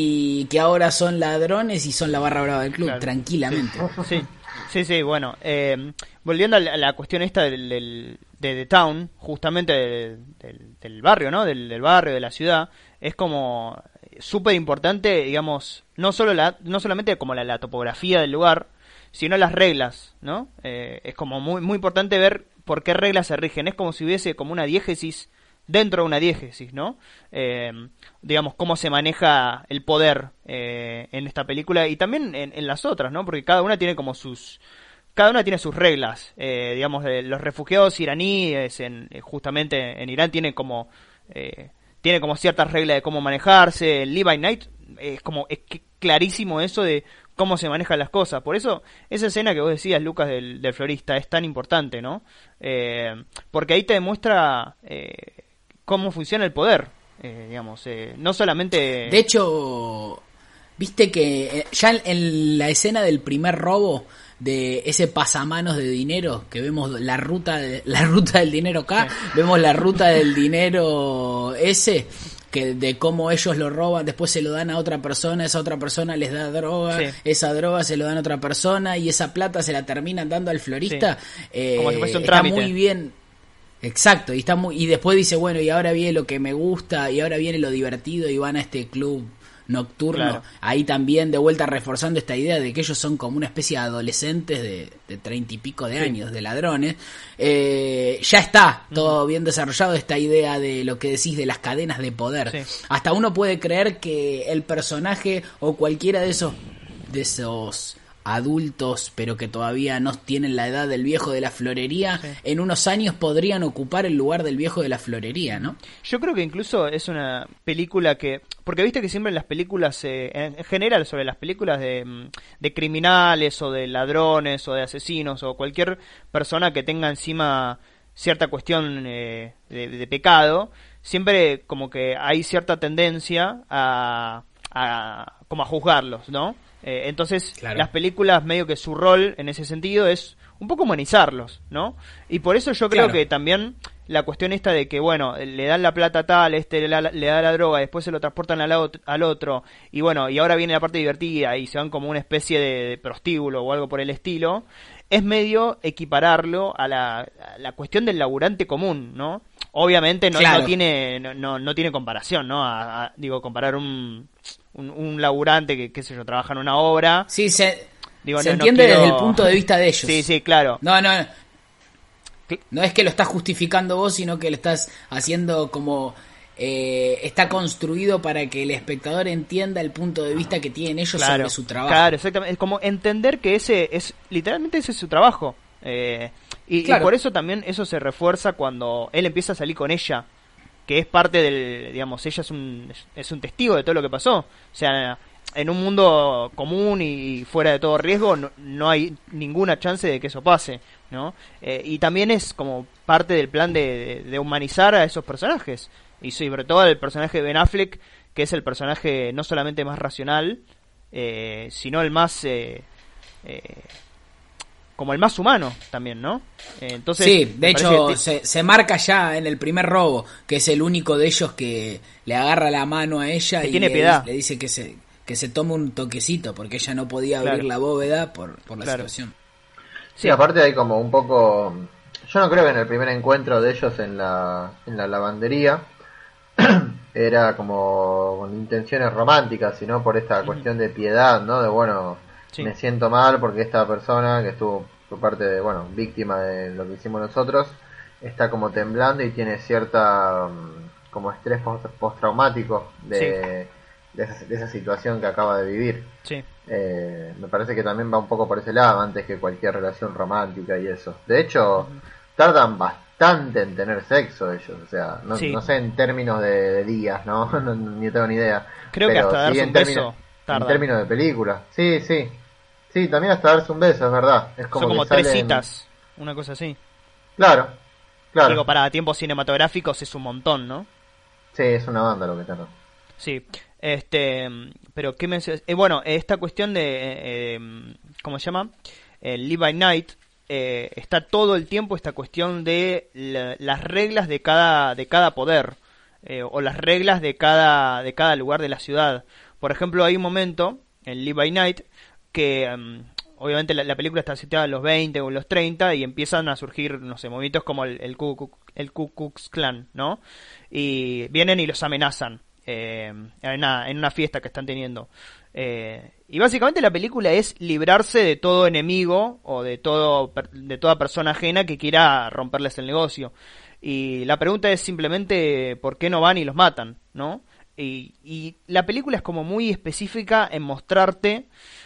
y que ahora son ladrones y son la barra brava del club, claro. tranquilamente. Sí, sí, sí, bueno. Eh, volviendo a la, a la cuestión esta del, del, de The Town, justamente del, del, del barrio, ¿no? Del, del barrio, de la ciudad, es como... súper importante, digamos, no solo la, no solamente como la, la topografía del lugar, sino las reglas, ¿no? Eh, es como muy muy importante ver por qué reglas se rigen. Es como si hubiese como una diégesis dentro de una diégesis, ¿no? Eh, digamos, cómo se maneja el poder eh, en esta película y también en, en las otras, ¿no? Porque cada una tiene como sus... Cada una tiene sus reglas. Eh, digamos, eh, los refugiados iraníes, en, justamente en Irán, tienen como... Eh, tiene como ciertas reglas de cómo manejarse. El Levi Knight es como es clarísimo eso de cómo se manejan las cosas. Por eso esa escena que vos decías, Lucas, del, del florista es tan importante, ¿no? Eh, porque ahí te demuestra eh, cómo funciona el poder, eh, digamos, eh, no solamente... De hecho, viste que ya en la escena del primer robo, de ese pasamanos de dinero, que vemos la ruta de, la ruta del dinero acá, sí. vemos la ruta del dinero ese, que de cómo ellos lo roban, después se lo dan a otra persona, esa otra persona les da droga, sí. esa droga se lo dan a otra persona y esa plata se la terminan dando al florista. Sí. Eh, Como si fuese un está trámite. Muy bien. Exacto, y está muy y después dice, bueno, y ahora viene lo que me gusta y ahora viene lo divertido y van a este club nocturno, claro. Ahí también de vuelta reforzando esta idea de que ellos son como una especie de adolescentes de, de treinta y pico de años, sí. de ladrones. Eh, ya está todo uh-huh. bien desarrollado esta idea de lo que decís de las cadenas de poder. Sí. Hasta uno puede creer que el personaje o cualquiera de esos de esos adultos, pero que todavía no tienen la edad del viejo de la florería, sí. en unos años podrían ocupar el lugar del viejo de la florería, ¿no? Yo creo que incluso es una película que... Porque viste que siempre en las películas, eh, en general sobre las películas de, de criminales o de ladrones o de asesinos o cualquier persona que tenga encima cierta cuestión eh, de, de pecado, siempre como que hay cierta tendencia a, a como a juzgarlos, ¿no? Eh, entonces claro. las películas medio que su rol en ese sentido es un poco humanizarlos, ¿no? Y por eso yo creo claro. que también la cuestión esta de que, bueno, le dan la plata a tal, este le da, le da la droga, después se lo transportan al, ot- al otro, y bueno, y ahora viene la parte divertida y se van como una especie de, de prostíbulo o algo por el estilo, es medio equipararlo a la, a la cuestión del laburante común, ¿no? Obviamente no, Claro. no tiene no, no, no tiene comparación, ¿no? A, a- digo, comparar un, un, un laburante que, qué sé yo, trabaja en una obra. Sí, se, Digo, se no- no entiende quiero- desde el punto de vista de ellos. Sí, sí, claro. No, no, Cl- no es que lo estás justificando vos, sino que lo estás haciendo como... eh, está construido para que el espectador entienda el punto de vista que tienen ellos Claro, sobre su trabajo. claro, exactamente. Es como entender que ese es, literalmente ese es su trabajo. Eh, y, Claro. y por eso también eso se refuerza cuando él empieza a salir con ella, que es parte del, digamos, ella es un, es un testigo de todo lo que pasó. O sea, en un mundo común y fuera de todo riesgo no, no hay ninguna chance de que eso pase, ¿no? Eh, y también es como parte del plan de, de, de humanizar a esos personajes. Y sobre todo el personaje de Ben Affleck, que es el personaje no solamente más racional, eh, sino el más... Eh, eh, como el más humano también, ¿no? Eh, entonces, Sí, de me hecho parece que se, se marca ya en el primer robo, que es el único de ellos que le agarra la mano a ella Que y tiene le, piedad. le dice que se que se tome un toquecito porque ella no podía abrir Claro. la bóveda por, por la Claro. situación. Sí, aparte hay como un poco... Yo no creo que en el primer encuentro de ellos en la, en la lavandería era como con intenciones románticas, sino por esta cuestión de piedad, ¿no? De bueno, Sí. me siento mal porque esta persona que estuvo por parte de, bueno, víctima de lo que hicimos nosotros, está como temblando y tiene cierta mm, como estrés post- postraumático de, de, esa, de esa situación que acaba de vivir. sí, Eh, me parece que también va un poco por ese lado antes que cualquier relación romántica y eso. De hecho, tardan bastante en tener sexo ellos, o sea, no, Sí. no sé en términos de, de días, ¿no? no, ni tengo ni idea. Creo que Pero hasta darse sí en un términos, beso tarda. en términos de película. Sí, sí. Sí, también hasta darse un beso, es verdad. Es como son como que tres salen- citas, una cosa así. Claro, claro. Digo, para tiempos cinematográficos es un montón, ¿no? Sí, es una banda lo que tarda. Sí, este, pero qué me eh, bueno, esta cuestión de, eh, eh, ¿cómo se llama? El Live by Night, eh, está todo el tiempo esta cuestión de la- las reglas de cada, de cada poder, eh, o las reglas de cada, de cada lugar de la ciudad. Por ejemplo, hay un momento en Live by Night que um, obviamente la, la película está situada en los veinte o en los treinta y empiezan a surgir, no sé, movimientos como el, el, Ku, Ku- el Ku Klux Klan, ¿no? Y vienen y los amenazan eh, en, una, en una fiesta que están teniendo. Eh, y básicamente la película es librarse de todo enemigo o de todo per- de toda persona ajena que quiera romperles el negocio. Y la pregunta es simplemente por qué no van y los matan, ¿no? Y, y la película es como muy específica en mostrarte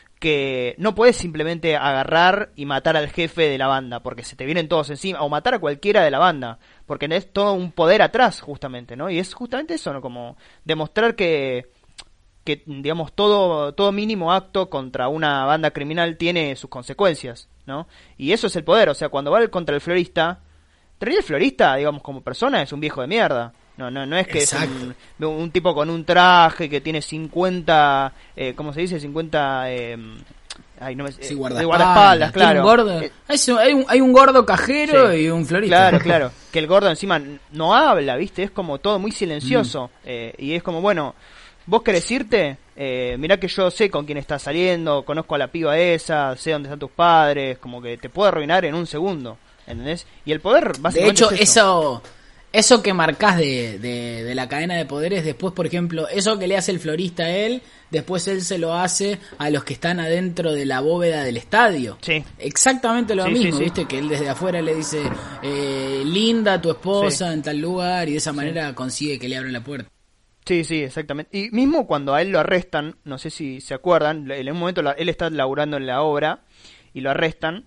que no puedes simplemente agarrar y matar al jefe de la banda, porque se te vienen todos encima, o matar a cualquiera de la banda, porque es todo un poder atrás, justamente, ¿no? Y es justamente eso, ¿no? Como demostrar que, que digamos, todo, todo mínimo acto contra una banda criminal tiene sus consecuencias, ¿no? Y eso es el poder, o sea, cuando va contra el florista, en realidad el florista, digamos, como persona, es un viejo de mierda. No, no, no es que Exacto. es un, un tipo con un traje que tiene cincuenta, eh, ¿cómo se dice? cincuenta, eh, ay, no me, Sí, eh, guardaespaldas, de guardaespaldas, tiene claro. un gordo. Eh, Eso, hay, un, hay un gordo cajero sí. y un florista. Claro, claro. Que el gordo encima no habla, ¿viste? Es como todo muy silencioso. Mm. Eh, y es como, bueno, vos querés irte, eh, mirá que yo sé con quién estás saliendo, conozco a la piba esa, sé dónde están tus padres, como que te puedo arruinar en un segundo, ¿entendés? Y el poder, básicamente, De hecho, es eso. eso eso que marcás de, de, de la cadena de poderes, después, por ejemplo, eso que le hace el florista a él, después él se lo hace a los que están adentro de la bóveda del estadio. Sí. Exactamente lo Sí, mismo, sí, sí. ¿viste? Que él desde afuera le dice, eh, linda tu esposa Sí. en tal lugar, y de esa manera consigue que le abran la puerta. Sí, sí, exactamente. Y mismo cuando a él lo arrestan, no sé si se acuerdan, en un momento la- él está laburando en la obra y lo arrestan.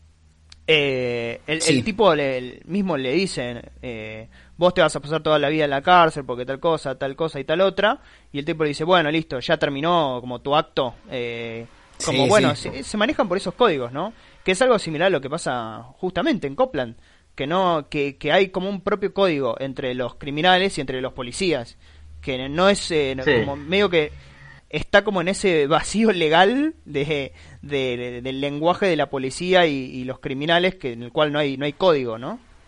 Eh, el, Sí. el tipo le, el mismo le dicen, eh, vos te vas a pasar toda la vida en la cárcel porque tal cosa, tal cosa y tal otra. Y el tipo le dice, bueno, listo, ya terminó como tu acto. Eh, como Sí, bueno, sí. se, se manejan por esos códigos, ¿no? Que es algo similar a lo que pasa justamente en Copland. Que no, que, que hay como un propio código entre los criminales y entre los policías. Que no es eh, no- Sí. como medio que está como en ese vacío legal de, de- de- del lenguaje de la policía y, y los criminales, que en el cual no hay no hay código, ¿no?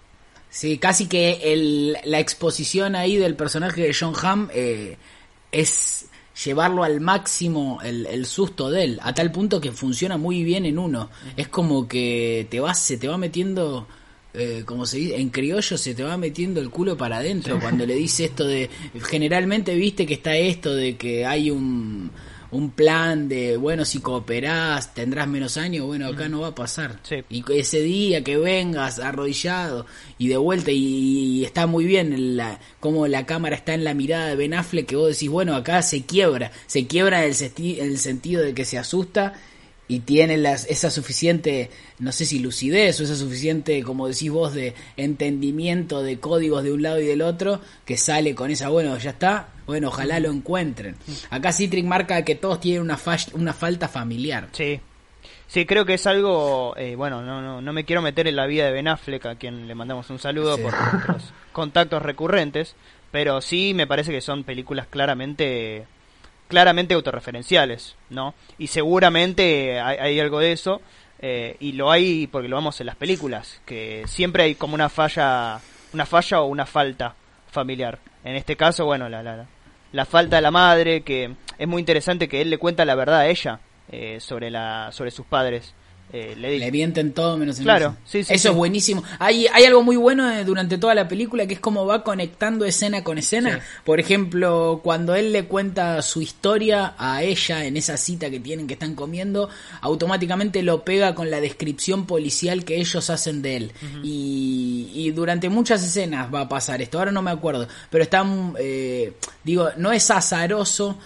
Sí, casi que el, la exposición ahí del personaje de John Hamm eh, es llevarlo al máximo el, el susto de él, a tal punto que funciona muy bien en uno. Es como que te va, se te va metiendo, eh, como se dice, en criollo se te va metiendo el culo para adentro, sí. Cuando le dice esto de, generalmente viste que está esto de que hay un... un plan de, bueno, si cooperás tendrás menos años, bueno, acá no va a pasar. Sí. Y ese día que vengas arrodillado y de vuelta, y, y está muy bien la, como la cámara está en la mirada de Ben Affleck, que vos decís, bueno, acá se quiebra, se quiebra en el, senti- en el sentido de que se asusta y tiene las, esa suficiente, no sé si lucidez o esa suficiente, como decís vos, de entendimiento de códigos de un lado y del otro, que sale con esa, bueno, ya está, bueno, ojalá lo encuentren. Acá Citric marca que todos tienen una, fa- una falta familiar. Sí, sí, creo que es algo, eh, bueno, no, no, no me quiero meter en la vida de Ben Affleck, a quien le mandamos un saludo sí. por nuestros contactos recurrentes, pero sí me parece que son películas claramente... claramente autorreferenciales, ¿no? Y seguramente hay, hay algo de eso, eh, y lo hay porque lo vemos en las películas, que siempre hay como una falla, una falla o una falta familiar. En este caso, bueno, la, la, la falta de la madre, que es muy interesante que él le cuenta la verdad a ella eh, sobre la, sobre sus padres. Eh, le, le mienten todo menos en claro, eso. Sí, sí, eso sí. es buenísimo. Hay, hay algo muy bueno eh, durante toda la película, que es cómo va conectando escena con escena. Sí. Por ejemplo, cuando él le cuenta su historia a ella en esa cita que tienen, que están comiendo, automáticamente lo pega con la descripción policial que ellos hacen de él. Uh-huh. y, y durante muchas escenas va a pasar esto. Ahora no me acuerdo, pero está, eh, digo, no es azaroso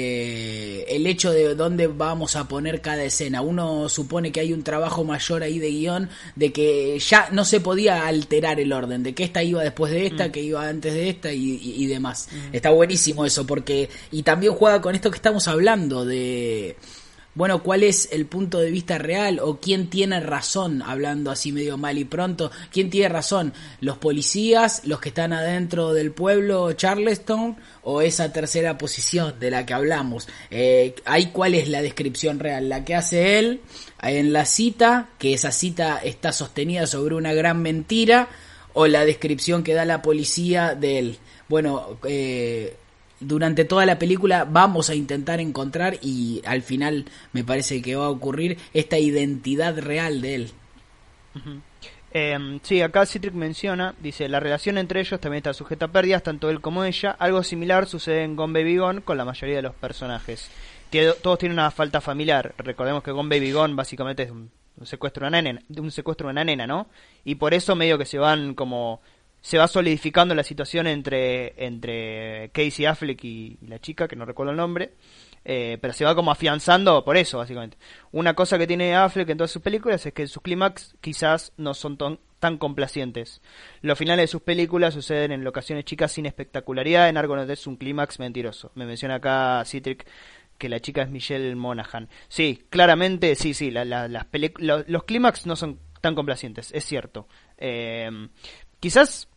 Eh, el hecho de dónde vamos a poner cada escena. Uno supone que hay un trabajo mayor ahí de guión, de que ya no se podía alterar el orden, de que esta iba después de esta, mm. que iba antes de esta y, y, y demás. Mm. Está buenísimo eso, porque y también juega con esto que estamos hablando de, bueno, ¿cuál es el punto de vista real? ¿O quién tiene razón? Hablando así medio mal y pronto, ¿quién tiene razón? ¿Los policías, los que están adentro del pueblo Charleston, o esa tercera posición de la que hablamos? Eh, ¿Ahí cuál es la descripción real? ¿La que hace él en la cita, que esa cita está sostenida sobre una gran mentira, o la descripción que da la policía de él? Bueno, eh... durante toda la película vamos a intentar encontrar, y al final me parece que va a ocurrir, esta identidad real de él. Uh-huh. Eh, sí, acá Citric menciona, dice, la relación entre ellos también está sujeta a pérdidas, tanto él como ella. Algo similar sucede en Gone Baby Gone con la mayoría de los personajes. Tiene, todos tienen una falta familiar. Recordemos que Gone Baby Gone básicamente es un, un secuestro de una nena, un secuestro de una nena, ¿no? Y por eso medio que se van como... se va solidificando la situación entre entre Casey Affleck y, y la chica, que no recuerdo el nombre, eh, pero se va como afianzando por eso, básicamente. Una cosa que tiene Affleck en todas sus películas es que sus clímax quizás no son ton, tan complacientes. Los finales de sus películas suceden en locaciones chicas sin espectacularidad, en Argonaut es un clímax mentiroso. Me menciona acá Citric que la chica es Michelle Monaghan. Sí, claramente, sí, sí, la, la, las pelic- lo, los clímax no son tan complacientes, es cierto. Eh, quizás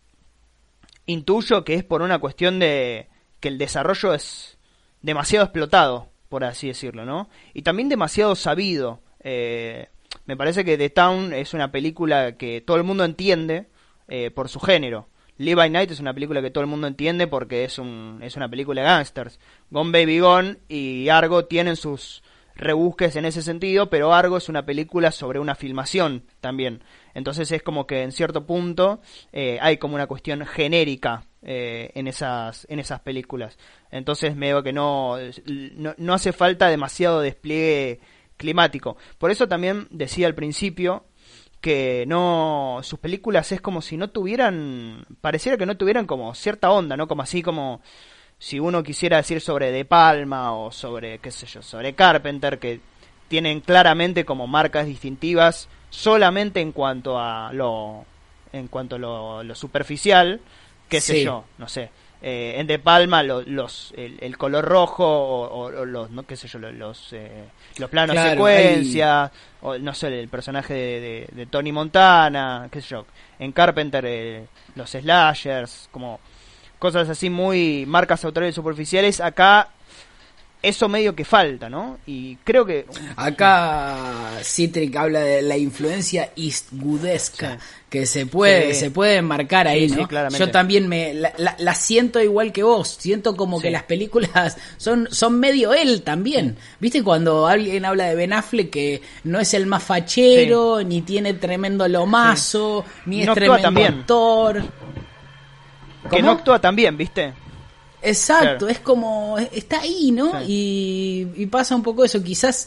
intuyo que es por una cuestión de que el desarrollo es demasiado explotado, por así decirlo, ¿no? Y también demasiado sabido. Eh, me parece que The Town es una película que todo el mundo entiende eh, por su género. Live by Night es una película que todo el mundo entiende porque es un es una película de gangsters. Gone Baby Gone y Argo tienen sus rebusques en ese sentido, pero Argo es una película sobre una filmación también. Entonces es como que en cierto punto eh, hay como una cuestión genérica eh, en esas en esas películas. Entonces me veo que no, no no hace falta demasiado despliegue climático. Por eso también decía al principio que no, sus películas es como si no tuvieran, pareciera que no tuvieran como cierta onda, ¿no? Como así como si uno quisiera decir sobre De Palma o sobre, qué sé yo, sobre Carpenter, que tienen claramente como marcas distintivas solamente en cuanto a lo en cuanto a lo, lo superficial, qué sé sí. yo, no sé. Eh, en De Palma lo, los el, el color rojo o, o, o los no qué sé yo los eh, los planos claro, secuencia hay... o no sé el personaje de, de, de Tony Montana, qué sé yo. En Carpenter eh, los slashers, como cosas así muy marcas autorales superficiales. Acá eso medio que falta, ¿no? Y creo que... Acá Citric habla de la influencia eastwoodesca, sí. que se puede sí. se puede marcar ahí, sí, ¿no? Sí, yo también me la, la, la siento igual que vos, siento como sí. que las películas son son medio él también. ¿Viste cuando alguien habla de Ben Affleck que no es el más fachero, sí. ni tiene tremendo lomazo, sí. ni es no tremendo actor? Que ¿Cómo? No actúa tan bien, ¿viste? Exacto, claro. Es como, está ahí, ¿no? Sí. Y, y pasa un poco eso, quizás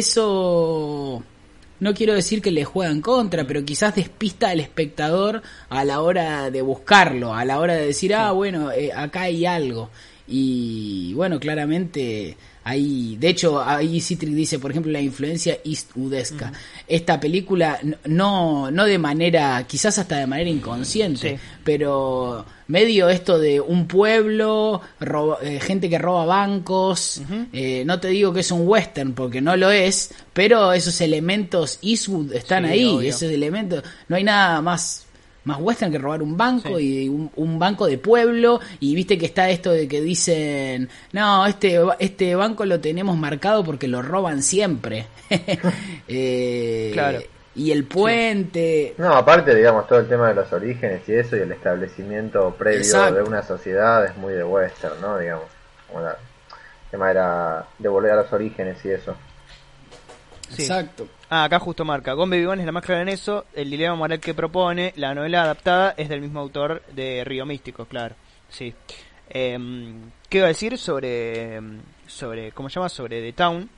eso, no quiero decir que le juega en contra, pero quizás despista al espectador a la hora de buscarlo, a la hora de decir, sí. ah, bueno, eh, acá hay algo. Y bueno, claramente hay, de hecho, ahí Citric dice, por ejemplo, la influencia eastwoodesca. Uh-huh. Esta película, no, no de manera, quizás hasta de manera inconsciente, sí. pero medio esto de un pueblo, roba, eh, gente que roba bancos, uh-huh. eh, no te digo que es un western porque no lo es, pero esos elementos Eastwood están sí, ahí, obvio. Esos elementos, no hay nada más más western que robar un banco sí. y un, un banco de pueblo, y viste que está esto de que dicen, no, este este banco lo tenemos marcado porque lo roban siempre. eh, claro. Y el puente... Sí. No, aparte, digamos, todo el tema de los orígenes y eso, y el establecimiento previo Exacto. de una sociedad es muy de western, ¿no? Digamos, como la, el tema era de volver a los orígenes y eso. Sí. Exacto. Ah, acá justo marca, Gone Baby Gone es la más clara en eso, el dilema moral que propone, la novela adaptada es del mismo autor de Río Místico, claro, sí. Eh, ¿Qué iba a decir sobre, sobre, cómo se llama, sobre The Town?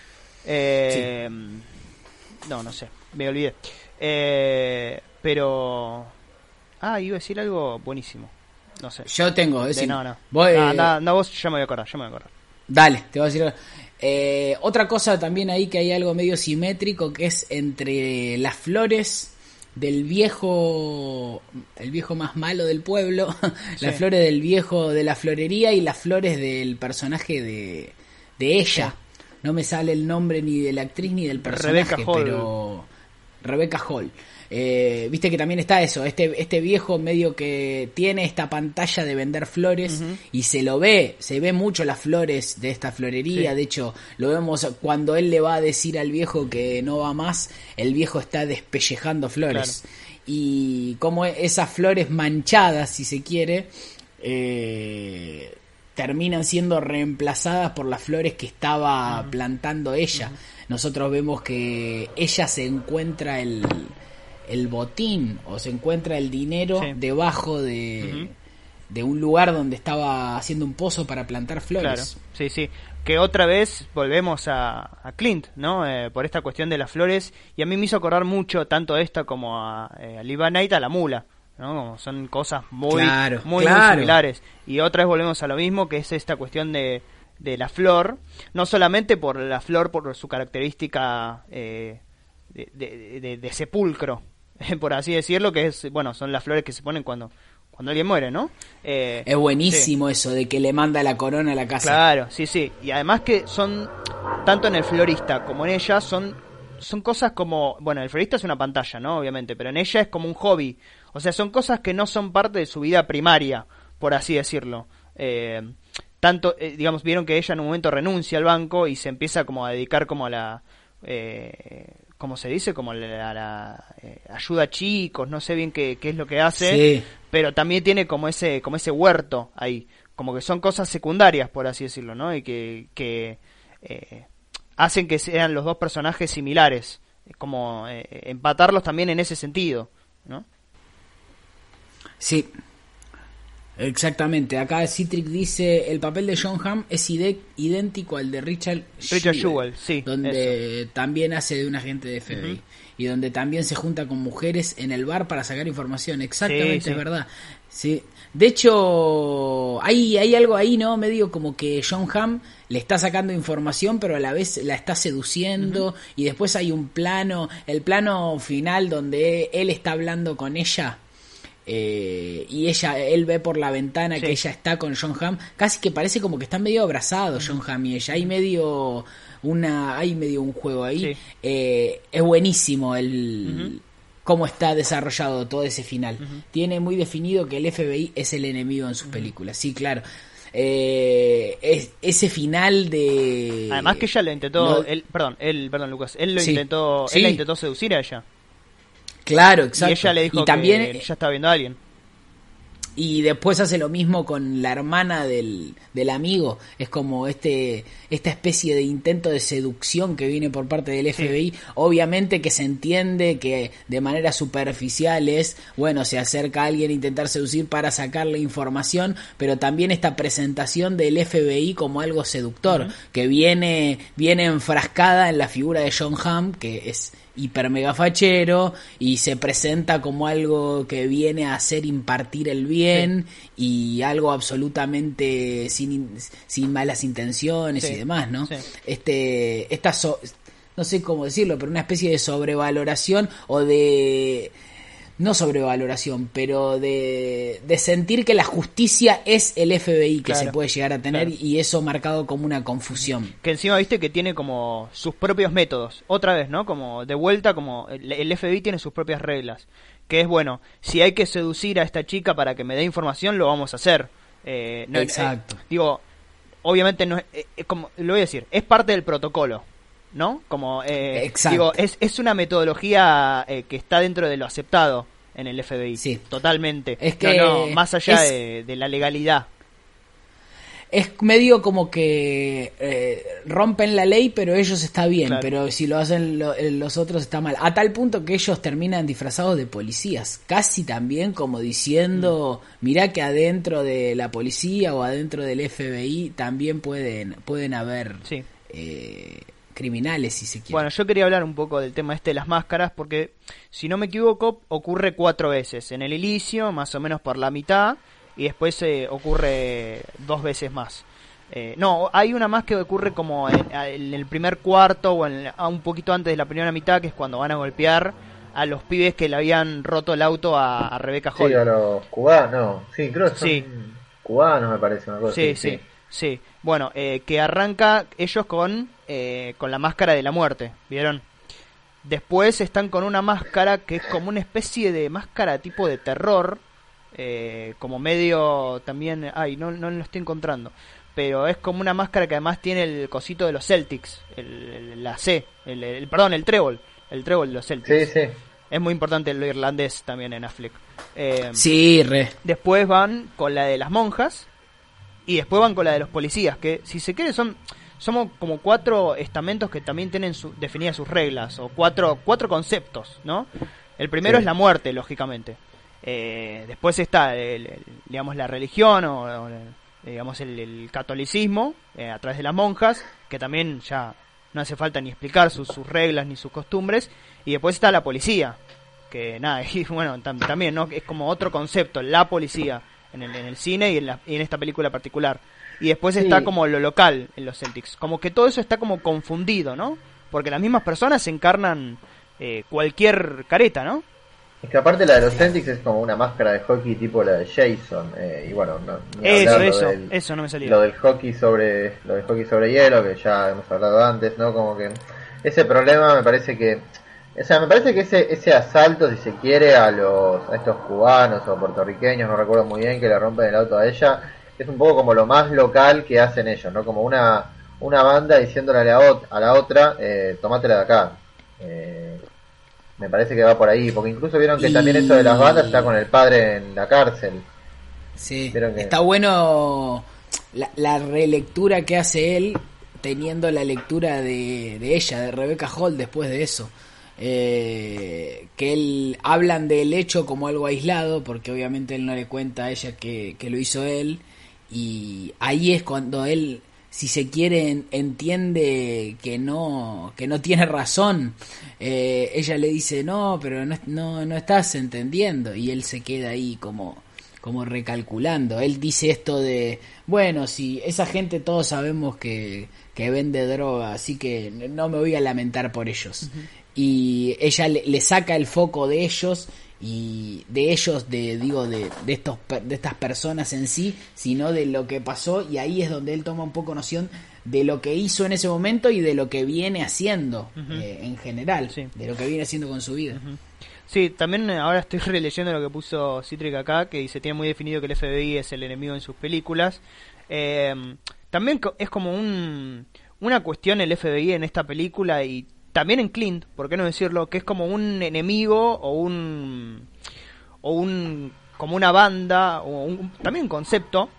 Eh, sí. No, no sé, me olvidé. Eh, pero, ah, iba a decir algo buenísimo, no sé. Yo tengo, es decir, no, no. Voy, no, no, no, vos ya me voy a acordar, ya me voy a acordar. Dale, te voy a decir algo. Eh, otra cosa también ahí que hay algo medio simétrico que es entre las flores del viejo, el viejo más malo del pueblo, sí. las flores del viejo de la florería y las flores del personaje de, de ella. Sí. No me sale el nombre ni de la actriz ni del personaje, Rebecca Hall. pero Rebecca Hall. Eh, viste que también está eso, este este viejo medio que tiene esta pantalla de vender flores uh-huh. y se lo ve, se ve mucho las flores de esta florería, sí. de hecho lo vemos cuando él le va a decir al viejo que no va más, el viejo está despellejando flores claro. y como esas flores manchadas, si se quiere, eh, terminan siendo reemplazadas por las flores que estaba uh-huh. plantando ella. Uh-huh. Nosotros vemos que ella se encuentra el el botín o se encuentra el dinero sí. debajo de, uh-huh. de un lugar donde estaba haciendo un pozo para plantar flores. Claro, sí, sí. Que otra vez volvemos a, a Clint, ¿no? Eh, por esta cuestión de las flores, y a mí me hizo acordar mucho tanto a esta como a, eh, a Libanite, a la mula, ¿no? Son cosas muy, claro, muy, claro. muy similares. Y otra vez volvemos a lo mismo, que es esta cuestión de, de la flor, no solamente por la flor, por su característica eh, de, de, de, de sepulcro, por así decirlo, que es, bueno, son las flores que se ponen cuando cuando alguien muere, ¿no? Eh, es buenísimo sí. eso de que le manda la corona a la casa. Claro, sí, sí. Y además que son, tanto en el florista como en ella, son son cosas como, bueno, el florista es una pantalla, ¿no? Obviamente, pero en ella es como un hobby. O sea, son cosas que no son parte de su vida primaria, por así decirlo. Eh, tanto, eh, digamos, vieron que ella en un momento renuncia al banco y se empieza como a dedicar como a la... Eh, ¿cómo se dice? Como la, la eh, ayuda a chicos, no sé bien qué, qué es lo que hace, sí. pero también tiene como ese como ese huerto ahí, como que son cosas secundarias, por así decirlo, ¿no? Y que, que eh, hacen que sean los dos personajes similares, como eh, empatarlos también en ese sentido, ¿no? Sí. Exactamente, acá Citric dice el papel de John Hamm es ide- idéntico al de Richard Richard Jewell, sí, donde eso. También hace de un agente de F B I uh-huh. y donde también se junta con mujeres en el bar para sacar información. Exactamente, sí, sí. Es verdad. Sí. De hecho, hay, hay algo ahí, ¿no? Medio como que John Hamm le está sacando información, pero a la vez la está seduciendo, uh-huh. y después hay un plano, el plano final donde él está hablando con ella. Eh, y ella, él ve por la ventana sí. que ella está con John Hamm, casi que parece como que están medio abrazados John Hamm y ella, hay medio una, hay medio un juego ahí, sí. eh, es buenísimo el uh-huh. cómo está desarrollado todo ese final, uh-huh. tiene muy definido que el F B I es el enemigo en sus uh-huh. películas, sí, claro. eh, es, ese final de... Además que ella lo intentó, no, él, perdón, él, perdón Lucas, él lo sí, intentó, sí. él la intentó seducir a ella. Claro, exacto. Y ella le dijo y también, que ya estaba viendo a alguien. Y después hace lo mismo con la hermana del, del amigo. Es como este esta especie de intento de seducción que viene por parte del F B I. Sí. Obviamente que se entiende que de manera superficial es, bueno, se acerca a alguien a intentar seducir para sacarle información, pero también esta presentación del F B I como algo seductor, uh-huh. que viene, viene enfrascada en la figura de John Hamm, que es hiper mega fachero, y se presenta como algo que viene a hacer impartir el bien, sí. y algo absolutamente sin, sin malas intenciones, sí. y demás, ¿no? Sí. Este, esta so, no sé cómo decirlo, pero una especie de sobrevaloración o de... no sobrevaloración, pero de, de sentir que la justicia es el F B I que claro, se puede llegar a tener, claro. y eso marcado como una confusión. Que encima viste que tiene como sus propios métodos, otra vez, ¿no? Como de vuelta, como el, el F B I tiene sus propias reglas, que es bueno, si hay que seducir a esta chica para que me dé información, lo vamos a hacer. Eh, no, Exacto. Eh, digo, obviamente no es, eh, eh, como lo voy a decir, es parte del protocolo, ¿no? Como, eh, Exacto. digo, es, es una metodología eh, que está dentro de lo aceptado en el F B I, sí. totalmente. Es que no, no, más allá es, de, de la legalidad. Es medio como que eh, rompen la ley, pero ellos está bien, claro. pero si lo hacen lo, los otros está mal. A tal punto que ellos terminan disfrazados de policías, casi también como diciendo, mm. mirá que adentro de la policía o adentro del F B I también pueden, pueden haber... Sí. Eh, criminales, si se quiere. Bueno, yo quería hablar un poco del tema este de las máscaras, porque si no me equivoco ocurre cuatro veces, en el inicio más o menos por la mitad, y después eh, ocurre dos veces más. Eh, no, hay una más que ocurre como en, en el primer cuarto o en, un poquito antes de la primera mitad, que es cuando van a golpear a los pibes que le habían roto el auto a, a Rebecca Hall. Sí, a los cubanos, sí, creo que son sí. cubanos, me parece una cosa. Sí, sí, sí, sí. Bueno, eh, que arranca ellos con, eh, con la máscara de la muerte, ¿vieron? Después están con una máscara que es como una especie de máscara tipo de terror, eh, como medio también... Ay, no, no lo estoy encontrando. Pero es como una máscara que además tiene el cosito de los Celtics, el, el, la C, el, el, perdón, el trébol, el trébol de los Celtics. Sí, sí. Es muy importante lo irlandés también en Affleck. Eh, sí, re. Después van con la de las monjas y después van con la de los policías, que si se quiere son... Somos como cuatro estamentos que también tienen su, definidas sus reglas, o cuatro cuatro conceptos, ¿no? El primero sí. es la muerte, lógicamente. Eh, después está, el, el, digamos, la religión, o, o digamos, el, el catolicismo, eh, a través de las monjas, que también ya no hace falta ni explicar sus, sus reglas ni sus costumbres. Y después está la policía, que nada, y bueno, tam, también, ¿no? Es como otro concepto, la policía, en el, en el cine y en, la, y en esta película particular. Y después sí. está como lo local en los Celtics. Como que todo eso está como confundido, ¿no? Porque las mismas personas encarnan eh, cualquier careta, ¿no? Es que aparte la de los Celtics es como una máscara de hockey tipo la de Jason. Eh, y bueno, no, ni eso, eso, del, eso no me salía. Lo del hockey sobre lo del hockey sobre hielo, que ya hemos hablado antes, ¿no? Como que ese problema me parece que... O sea, me parece que ese ese asalto, si se quiere, a los a estos cubanos o puertorriqueños, no recuerdo muy bien, que le rompen el auto a ella... Es un poco como lo más local que hacen ellos, ¿no? Como una una banda diciéndole a la, ot- a la otra, eh, tomátela de acá. Eh, me parece que va por ahí, porque incluso vieron que y... también eso de las bandas está con el padre en la cárcel. Sí, que... está bueno la, la relectura que hace él, teniendo la lectura de, de ella, de Rebecca Hall, después de eso. Eh, que él hablan del hecho como algo aislado, porque obviamente él no le cuenta a ella que, que lo hizo él. Y ahí es cuando él, si se quiere, entiende que no que no tiene razón. Eh, ella le dice, no, pero no, no, no estás entendiendo. Y él se queda ahí como, como recalculando. Él dice esto de, bueno, si esa gente todos sabemos que, que vende droga, así que no me voy a lamentar por ellos. Uh-huh. Y ella le, le saca el foco de ellos, y de ellos, de digo de, de estos de estas personas en sí, sino de lo que pasó, y ahí es donde él toma un poco noción de lo que hizo en ese momento y de lo que viene haciendo, uh-huh. eh, en general, sí. de lo que viene haciendo con su vida. Uh-huh. Sí, también ahora estoy releyendo lo que puso Citric acá, que dice, tiene muy definido que el F B I es el enemigo en sus películas. Eh, también es como un, una cuestión el F B I en esta película y también en Clint, ¿por qué no decirlo? Que es como un enemigo o un o un como una banda o un, también un concepto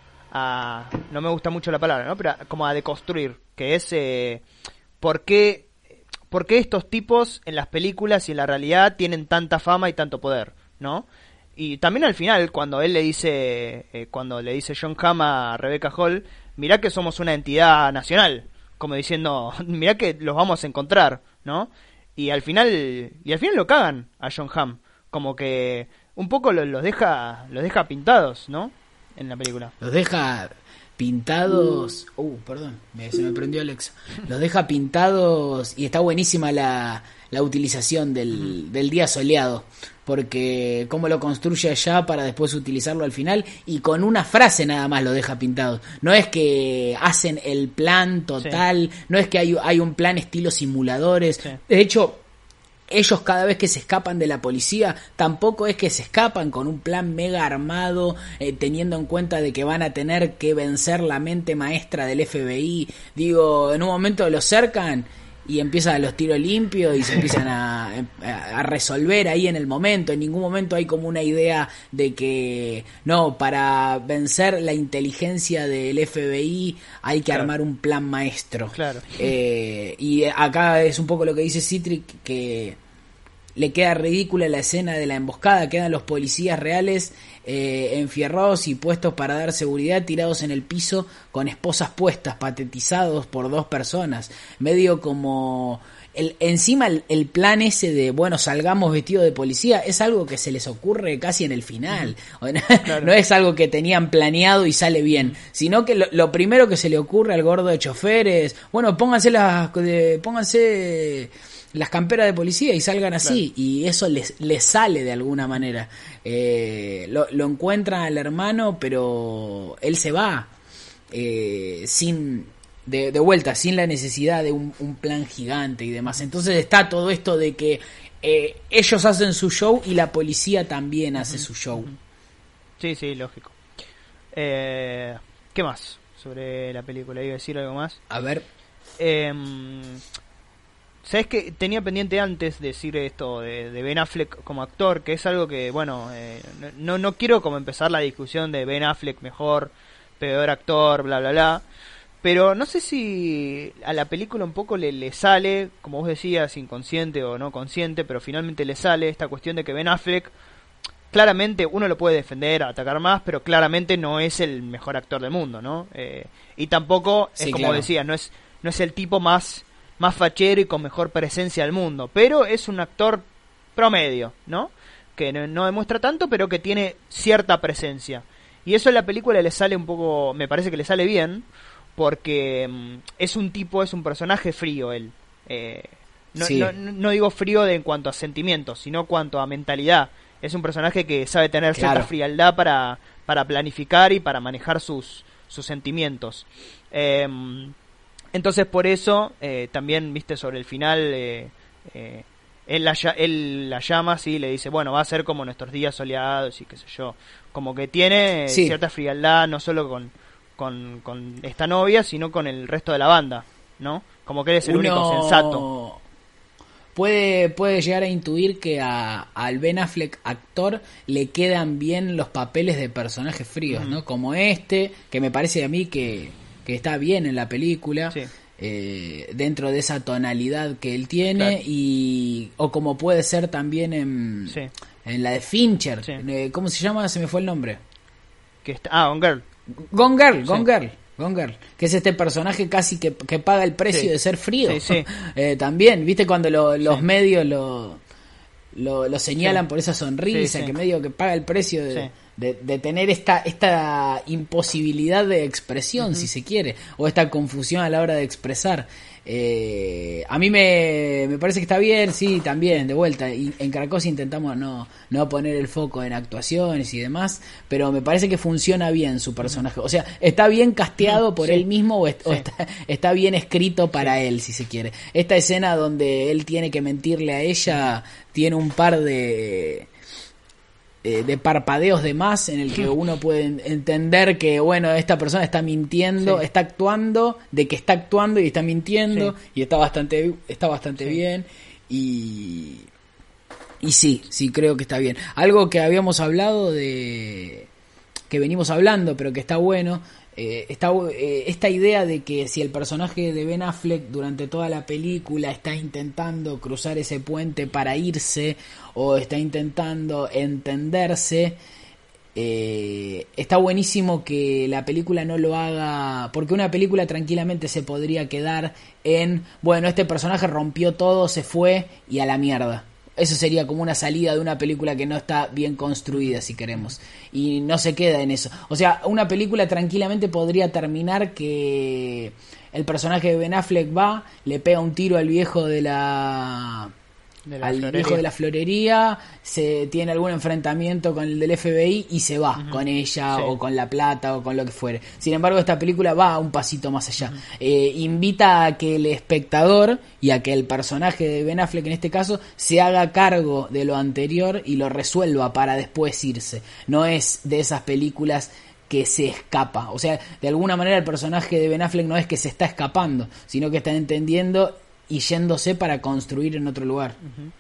a, no me gusta mucho la palabra, ¿no? Pero a, como a deconstruir, que es eh, ¿por qué por qué estos tipos en las películas y en la realidad tienen tanta fama y tanto poder, ¿no? Y también al final cuando él le dice eh, cuando le dice John Hamm a Rebecca Hall, mirá que somos una entidad nacional, como diciendo, mirá que los vamos a encontrar, ¿no? Y al final y al final lo cagan a John Hamm, como que un poco los, los deja los deja pintados, ¿no? En la película. Los deja pintados. Uh, perdón, me, se me prendió Alexa. Los deja pintados y está buenísima la, la utilización del, uh-huh. del día soleado. Porque cómo lo construye allá para después utilizarlo al final y con una frase nada más lo deja pintado. No es que hacen el plan total, sí. no es que hay, hay un plan estilo simuladores. Sí. De hecho, ellos cada vez que se escapan de la policía, tampoco es que se escapan con un plan mega armado, eh, teniendo en cuenta de que van a tener que vencer la mente maestra del F B I. Digo, en un momento lo cercan y empiezan los tiros limpios y se empiezan a, a resolver ahí en el momento. En ningún momento hay como una idea de que no, para vencer la inteligencia del F B I hay que claro. armar un plan maestro. Claro. Eh, y acá es un poco lo que dice Citric, que le queda ridícula la escena de la emboscada. Quedan los policías reales eh, enfierrados y puestos para dar seguridad, tirados en el piso con esposas puestas, patetizados por dos personas. Medio como... El, encima el, el plan ese de, bueno, salgamos vestidos de policía, es algo que se les ocurre casi en el final. Claro. No es algo que tenían planeado y sale bien, sino que lo, lo primero que se le ocurre al gordo de chofer es, bueno, pónganse las... De, pónganse... las camperas de policía y salgan así, claro. y eso les, les sale de alguna manera. Eh, lo, lo encuentran al hermano, pero él se va eh, sin de, de vuelta, sin la necesidad de un, un plan gigante y demás. Entonces está todo esto de que eh, ellos hacen su show y la policía también hace uh-huh. su show. Sí, sí, lógico. Eh, ¿Qué más sobre la película? ¿Iba a decir algo más? A ver. Eh, ¿Sabes que tenía pendiente antes decir esto de, de Ben Affleck como actor? Que es algo que, bueno, eh, no, no quiero como empezar la discusión de Ben Affleck mejor, peor actor, bla, bla, bla. Pero no sé si a la película un poco le, le sale, como vos decías, inconsciente o no consciente, pero finalmente le sale esta cuestión de que Ben Affleck, claramente uno lo puede defender, atacar más, pero claramente no es el mejor actor del mundo, ¿no? Eh, y tampoco, es sí, como claro. decías, no es, no es el tipo más... más fachero y con mejor presencia del mundo, pero es un actor promedio, ¿no? Que no, no demuestra tanto, pero que tiene cierta presencia. Y eso en la película le sale un poco, me parece que le sale bien, porque mm, es un tipo, es un personaje frío él. Eh, no, sí. no, no digo frío de, en cuanto a sentimientos, sino cuanto a mentalidad. Es un personaje que sabe tener claro. cierta frialdad para, para planificar y para manejar sus, sus sentimientos. Eh, Entonces por eso eh, también, viste, sobre el final eh, eh, él, la, él la llama así y le dice, bueno, va a ser como nuestros días soleados y qué sé yo, como que tiene sí. cierta frialdad no solo con, con, con esta novia, sino con el resto de la banda, ¿no? Como que él es el Uno único sensato. Puede, puede llegar a intuir que a, al Ben Affleck actor le quedan bien los papeles de personajes fríos, uh-huh. ¿no? Como este, que me parece a mí que... que está bien en la película, sí. eh, dentro de esa tonalidad que él tiene, claro. y o como puede ser también en, sí. en la de Fincher, sí. eh, ¿cómo se llama? Se me fue el nombre. Que está, ah, Gone Girl. Gone Girl, Gone sí. Girl. Gone Girl, que es este personaje casi que, que paga el precio sí. de ser frío. Sí, sí. eh, también, ¿viste cuando lo, los sí. medios lo, lo, lo señalan sí. por esa sonrisa, sí, sí. que medio que paga el precio de... Sí. De, de tener esta esta imposibilidad de expresión, uh-huh. si se quiere, o esta confusión a la hora de expresar. Eh, a mí me, me parece que está bien, sí, también, de vuelta. Y en Caracos intentamos no, no poner el foco en actuaciones y demás, pero me parece que funciona bien su personaje. O sea, está bien casteado por sí. él mismo o, est- sí. o está, está bien escrito para sí. él, si se quiere. Esta escena donde él tiene que mentirle a ella tiene un par de... eh, de parpadeos de más en el que uno puede entender que, bueno, esta persona está mintiendo, sí. está actuando, de que está actuando y está mintiendo, sí. y está bastante, está bastante sí. bien, y, y sí, sí creo que está bien. Algo que habíamos hablado de, que venimos hablando, pero que está bueno, eh, está, eh, esta idea de que si el personaje de Ben Affleck durante toda la película está intentando cruzar ese puente para irse, o está intentando entenderse, eh, está buenísimo que la película no lo haga, porque una película tranquilamente se podría quedar en, bueno, este personaje rompió todo, se fue y a la mierda. Eso sería como una salida de una película que no está bien construida, si queremos. Y no se queda en eso. O sea, una película tranquilamente podría terminar que el personaje de Ben Affleck va, le pega un tiro al viejo de la... De la al florería. viejo de la florería, se tiene algún enfrentamiento con el del F B I y se va uh-huh. con ella sí. o con la plata o con lo que fuere. Sin embargo, esta película va un pasito más allá. Uh-huh. Eh, invita a que el espectador y a que el personaje de Ben Affleck en este caso se haga cargo de lo anterior y lo resuelva para después irse. No es de esas películas que se escapa. O sea, de alguna manera el personaje de Ben Affleck no es que se está escapando, sino que está entendiendo y yéndose para construir en otro lugar.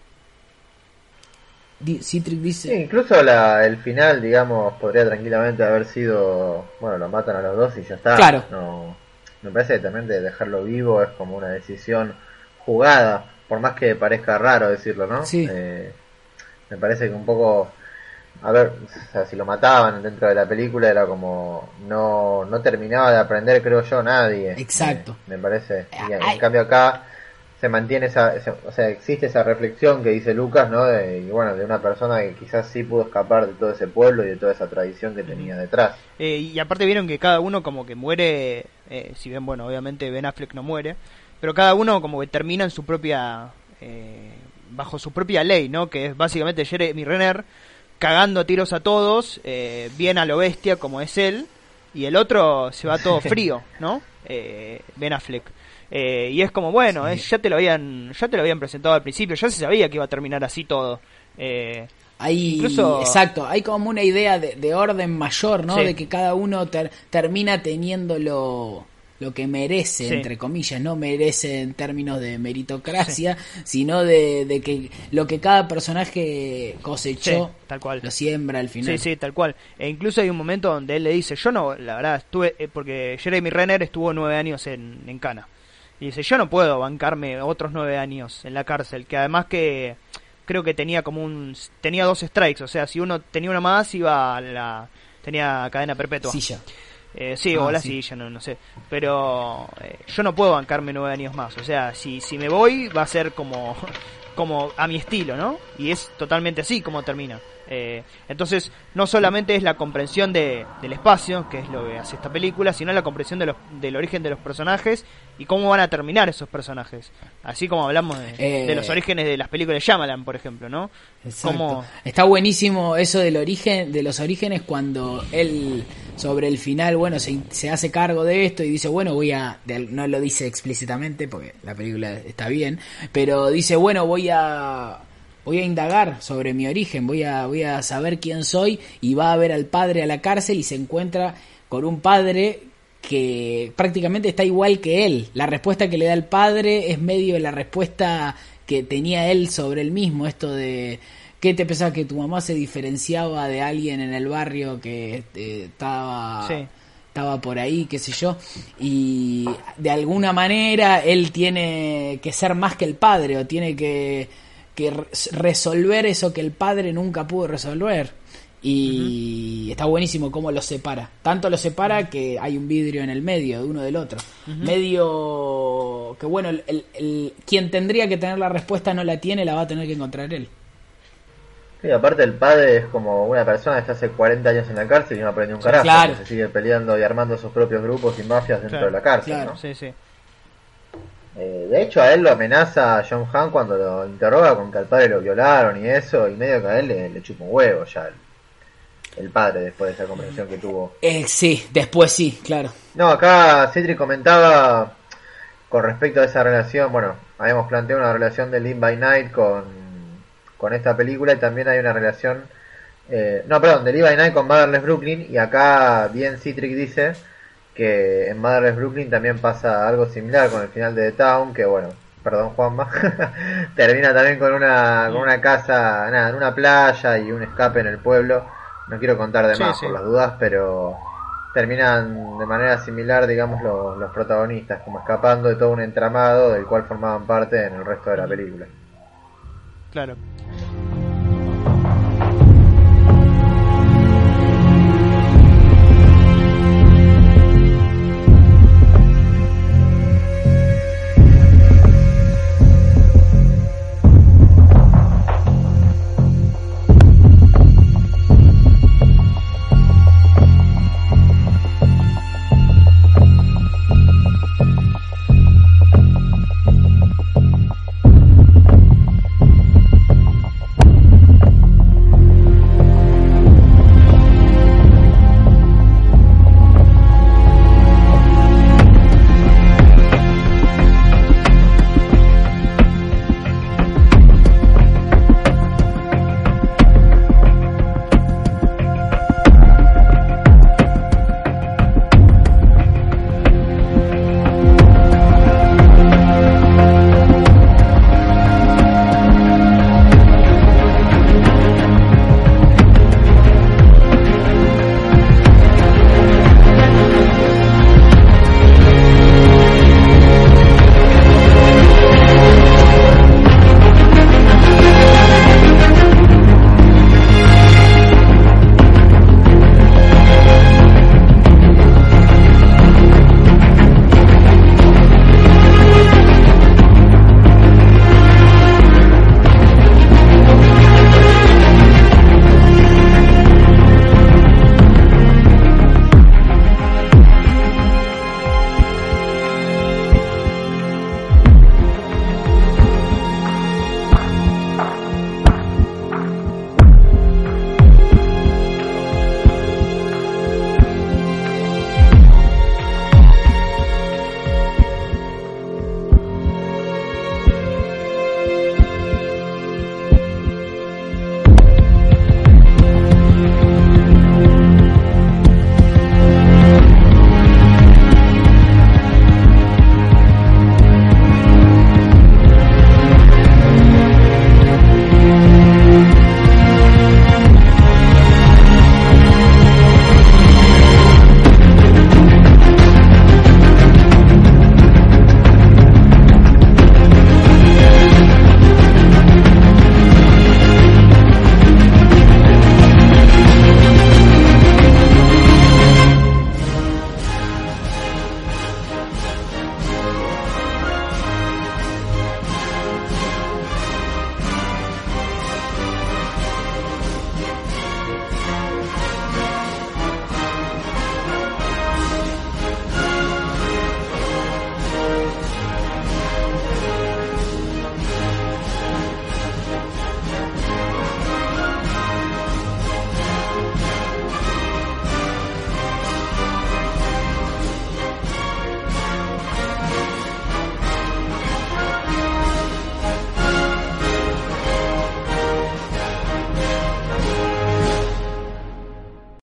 Uh-huh. Citric dice... Sí, incluso la, el final, digamos, podría tranquilamente haber sido... Bueno, lo matan a los dos y ya está. Claro. No, me parece que también de dejarlo vivo es como una decisión jugada, por más que parezca raro decirlo, ¿no? Sí. Eh, me parece que un poco... A ver, o sea, si lo mataban dentro de la película era como... No, no terminaba de aprender, creo yo, nadie. Exacto. Me, me parece. Y en, en cambio acá... se mantiene esa, esa, o sea, existe esa reflexión que dice Lucas, ¿no? De, y bueno, de una persona que quizás sí pudo escapar de todo ese pueblo y de toda esa tradición que tenía detrás. Eh, y aparte vieron que cada uno como que muere, eh, si bien, bueno, obviamente Ben Affleck no muere, pero cada uno como que termina en su propia, eh, bajo su propia ley, ¿no? Que es básicamente Jeremy Renner cagando a tiros a todos, eh, bien a lo bestia como es él, y el otro se va todo frío, ¿no? Eh, Ben Affleck. Eh, y es como, bueno, sí. eh, ya te lo habían ya te lo habían presentado al principio, ya se sabía que iba a terminar así todo. Eh, hay, incluso... Exacto, hay como una idea de, de orden mayor, ¿no? Sí. De que cada uno ter, termina teniendo lo, lo que merece, sí. entre comillas, no merece en términos de meritocracia, sí. sino de, de que lo que cada personaje cosechó, sí, tal cual. Lo siembra al final. Sí, sí, tal cual. E incluso hay un momento donde él le dice, yo no, la verdad, estuve, eh, porque Jeremy Renner estuvo nueve años en, en Cana. Y dice, yo no puedo bancarme otros nueve años en la cárcel, que además que creo que tenía como un... tenía dos strikes, o sea, si uno tenía una más iba a la... tenía cadena perpetua. Silla. Eh, sí, ah, o la sí. silla, no, no sé. Pero eh, yo no puedo bancarme nueve años más, o sea, si, si me voy va a ser como, como a mi estilo, ¿no? Y es totalmente así como termina. Eh, entonces no solamente es la comprensión de, del espacio, que es lo que hace esta película, sino la comprensión de los, del origen de los personajes y cómo van a terminar esos personajes, así como hablamos de, eh, de los orígenes de las películas de Shyamalan, por ejemplo, ¿no? Cómo... Está buenísimo eso del origen, de los orígenes, cuando él sobre el final, bueno, se, se hace cargo de esto y dice, bueno, voy a, de, no lo dice explícitamente porque la película está bien, pero dice, bueno, voy a voy a indagar sobre mi origen, voy a, voy a saber quién soy, y va a ver al padre a la cárcel y se encuentra con un padre que prácticamente está igual que él. La respuesta que le da el padre es medio de la respuesta que tenía él sobre él mismo, esto de ¿qué te pensás, que tu mamá se diferenciaba de alguien en el barrio que eh, estaba... Sí. estaba por ahí, qué sé yo, y de alguna manera él tiene que ser más que el padre, o tiene que, que resolver eso que el padre nunca pudo resolver, y uh-huh. está buenísimo cómo los separa, tanto los separa uh-huh. que hay un vidrio en el medio de uno del otro, uh-huh. medio que bueno, el, el, el, quien tendría que tener la respuesta no la tiene, la va a tener que encontrar él. Sí, aparte el padre es como una persona que está hace cuarenta años en la cárcel y no aprendió un carajo, claro. que se sigue peleando y armando sus propios grupos y mafias dentro claro, de la cárcel, claro, ¿no? Sí, sí. Eh, de hecho a él lo amenaza John Hamm cuando lo interroga con que al padre lo violaron y eso, y medio que a él le, le chupa un huevo ya el, el padre después de esa conversación que tuvo. Eh, sí, después sí, claro. No, acá Citri comentaba con respecto a esa relación, bueno, habíamos planteado una relación de Live by Night con... con esta película, y también hay una relación Eh, no, perdón, de Live by Night con Motherless Brooklyn, y acá bien Citric dice que en Motherless Brooklyn también pasa algo similar con el final de The Town, que bueno, perdón Juanma, termina también con una con una casa, nada, en una playa y un escape en el pueblo. No quiero contar de Sí, más sí. por las dudas, pero terminan de manera similar, digamos, los, los protagonistas, como escapando de todo un entramado del cual formaban parte en el resto de la película. Claro.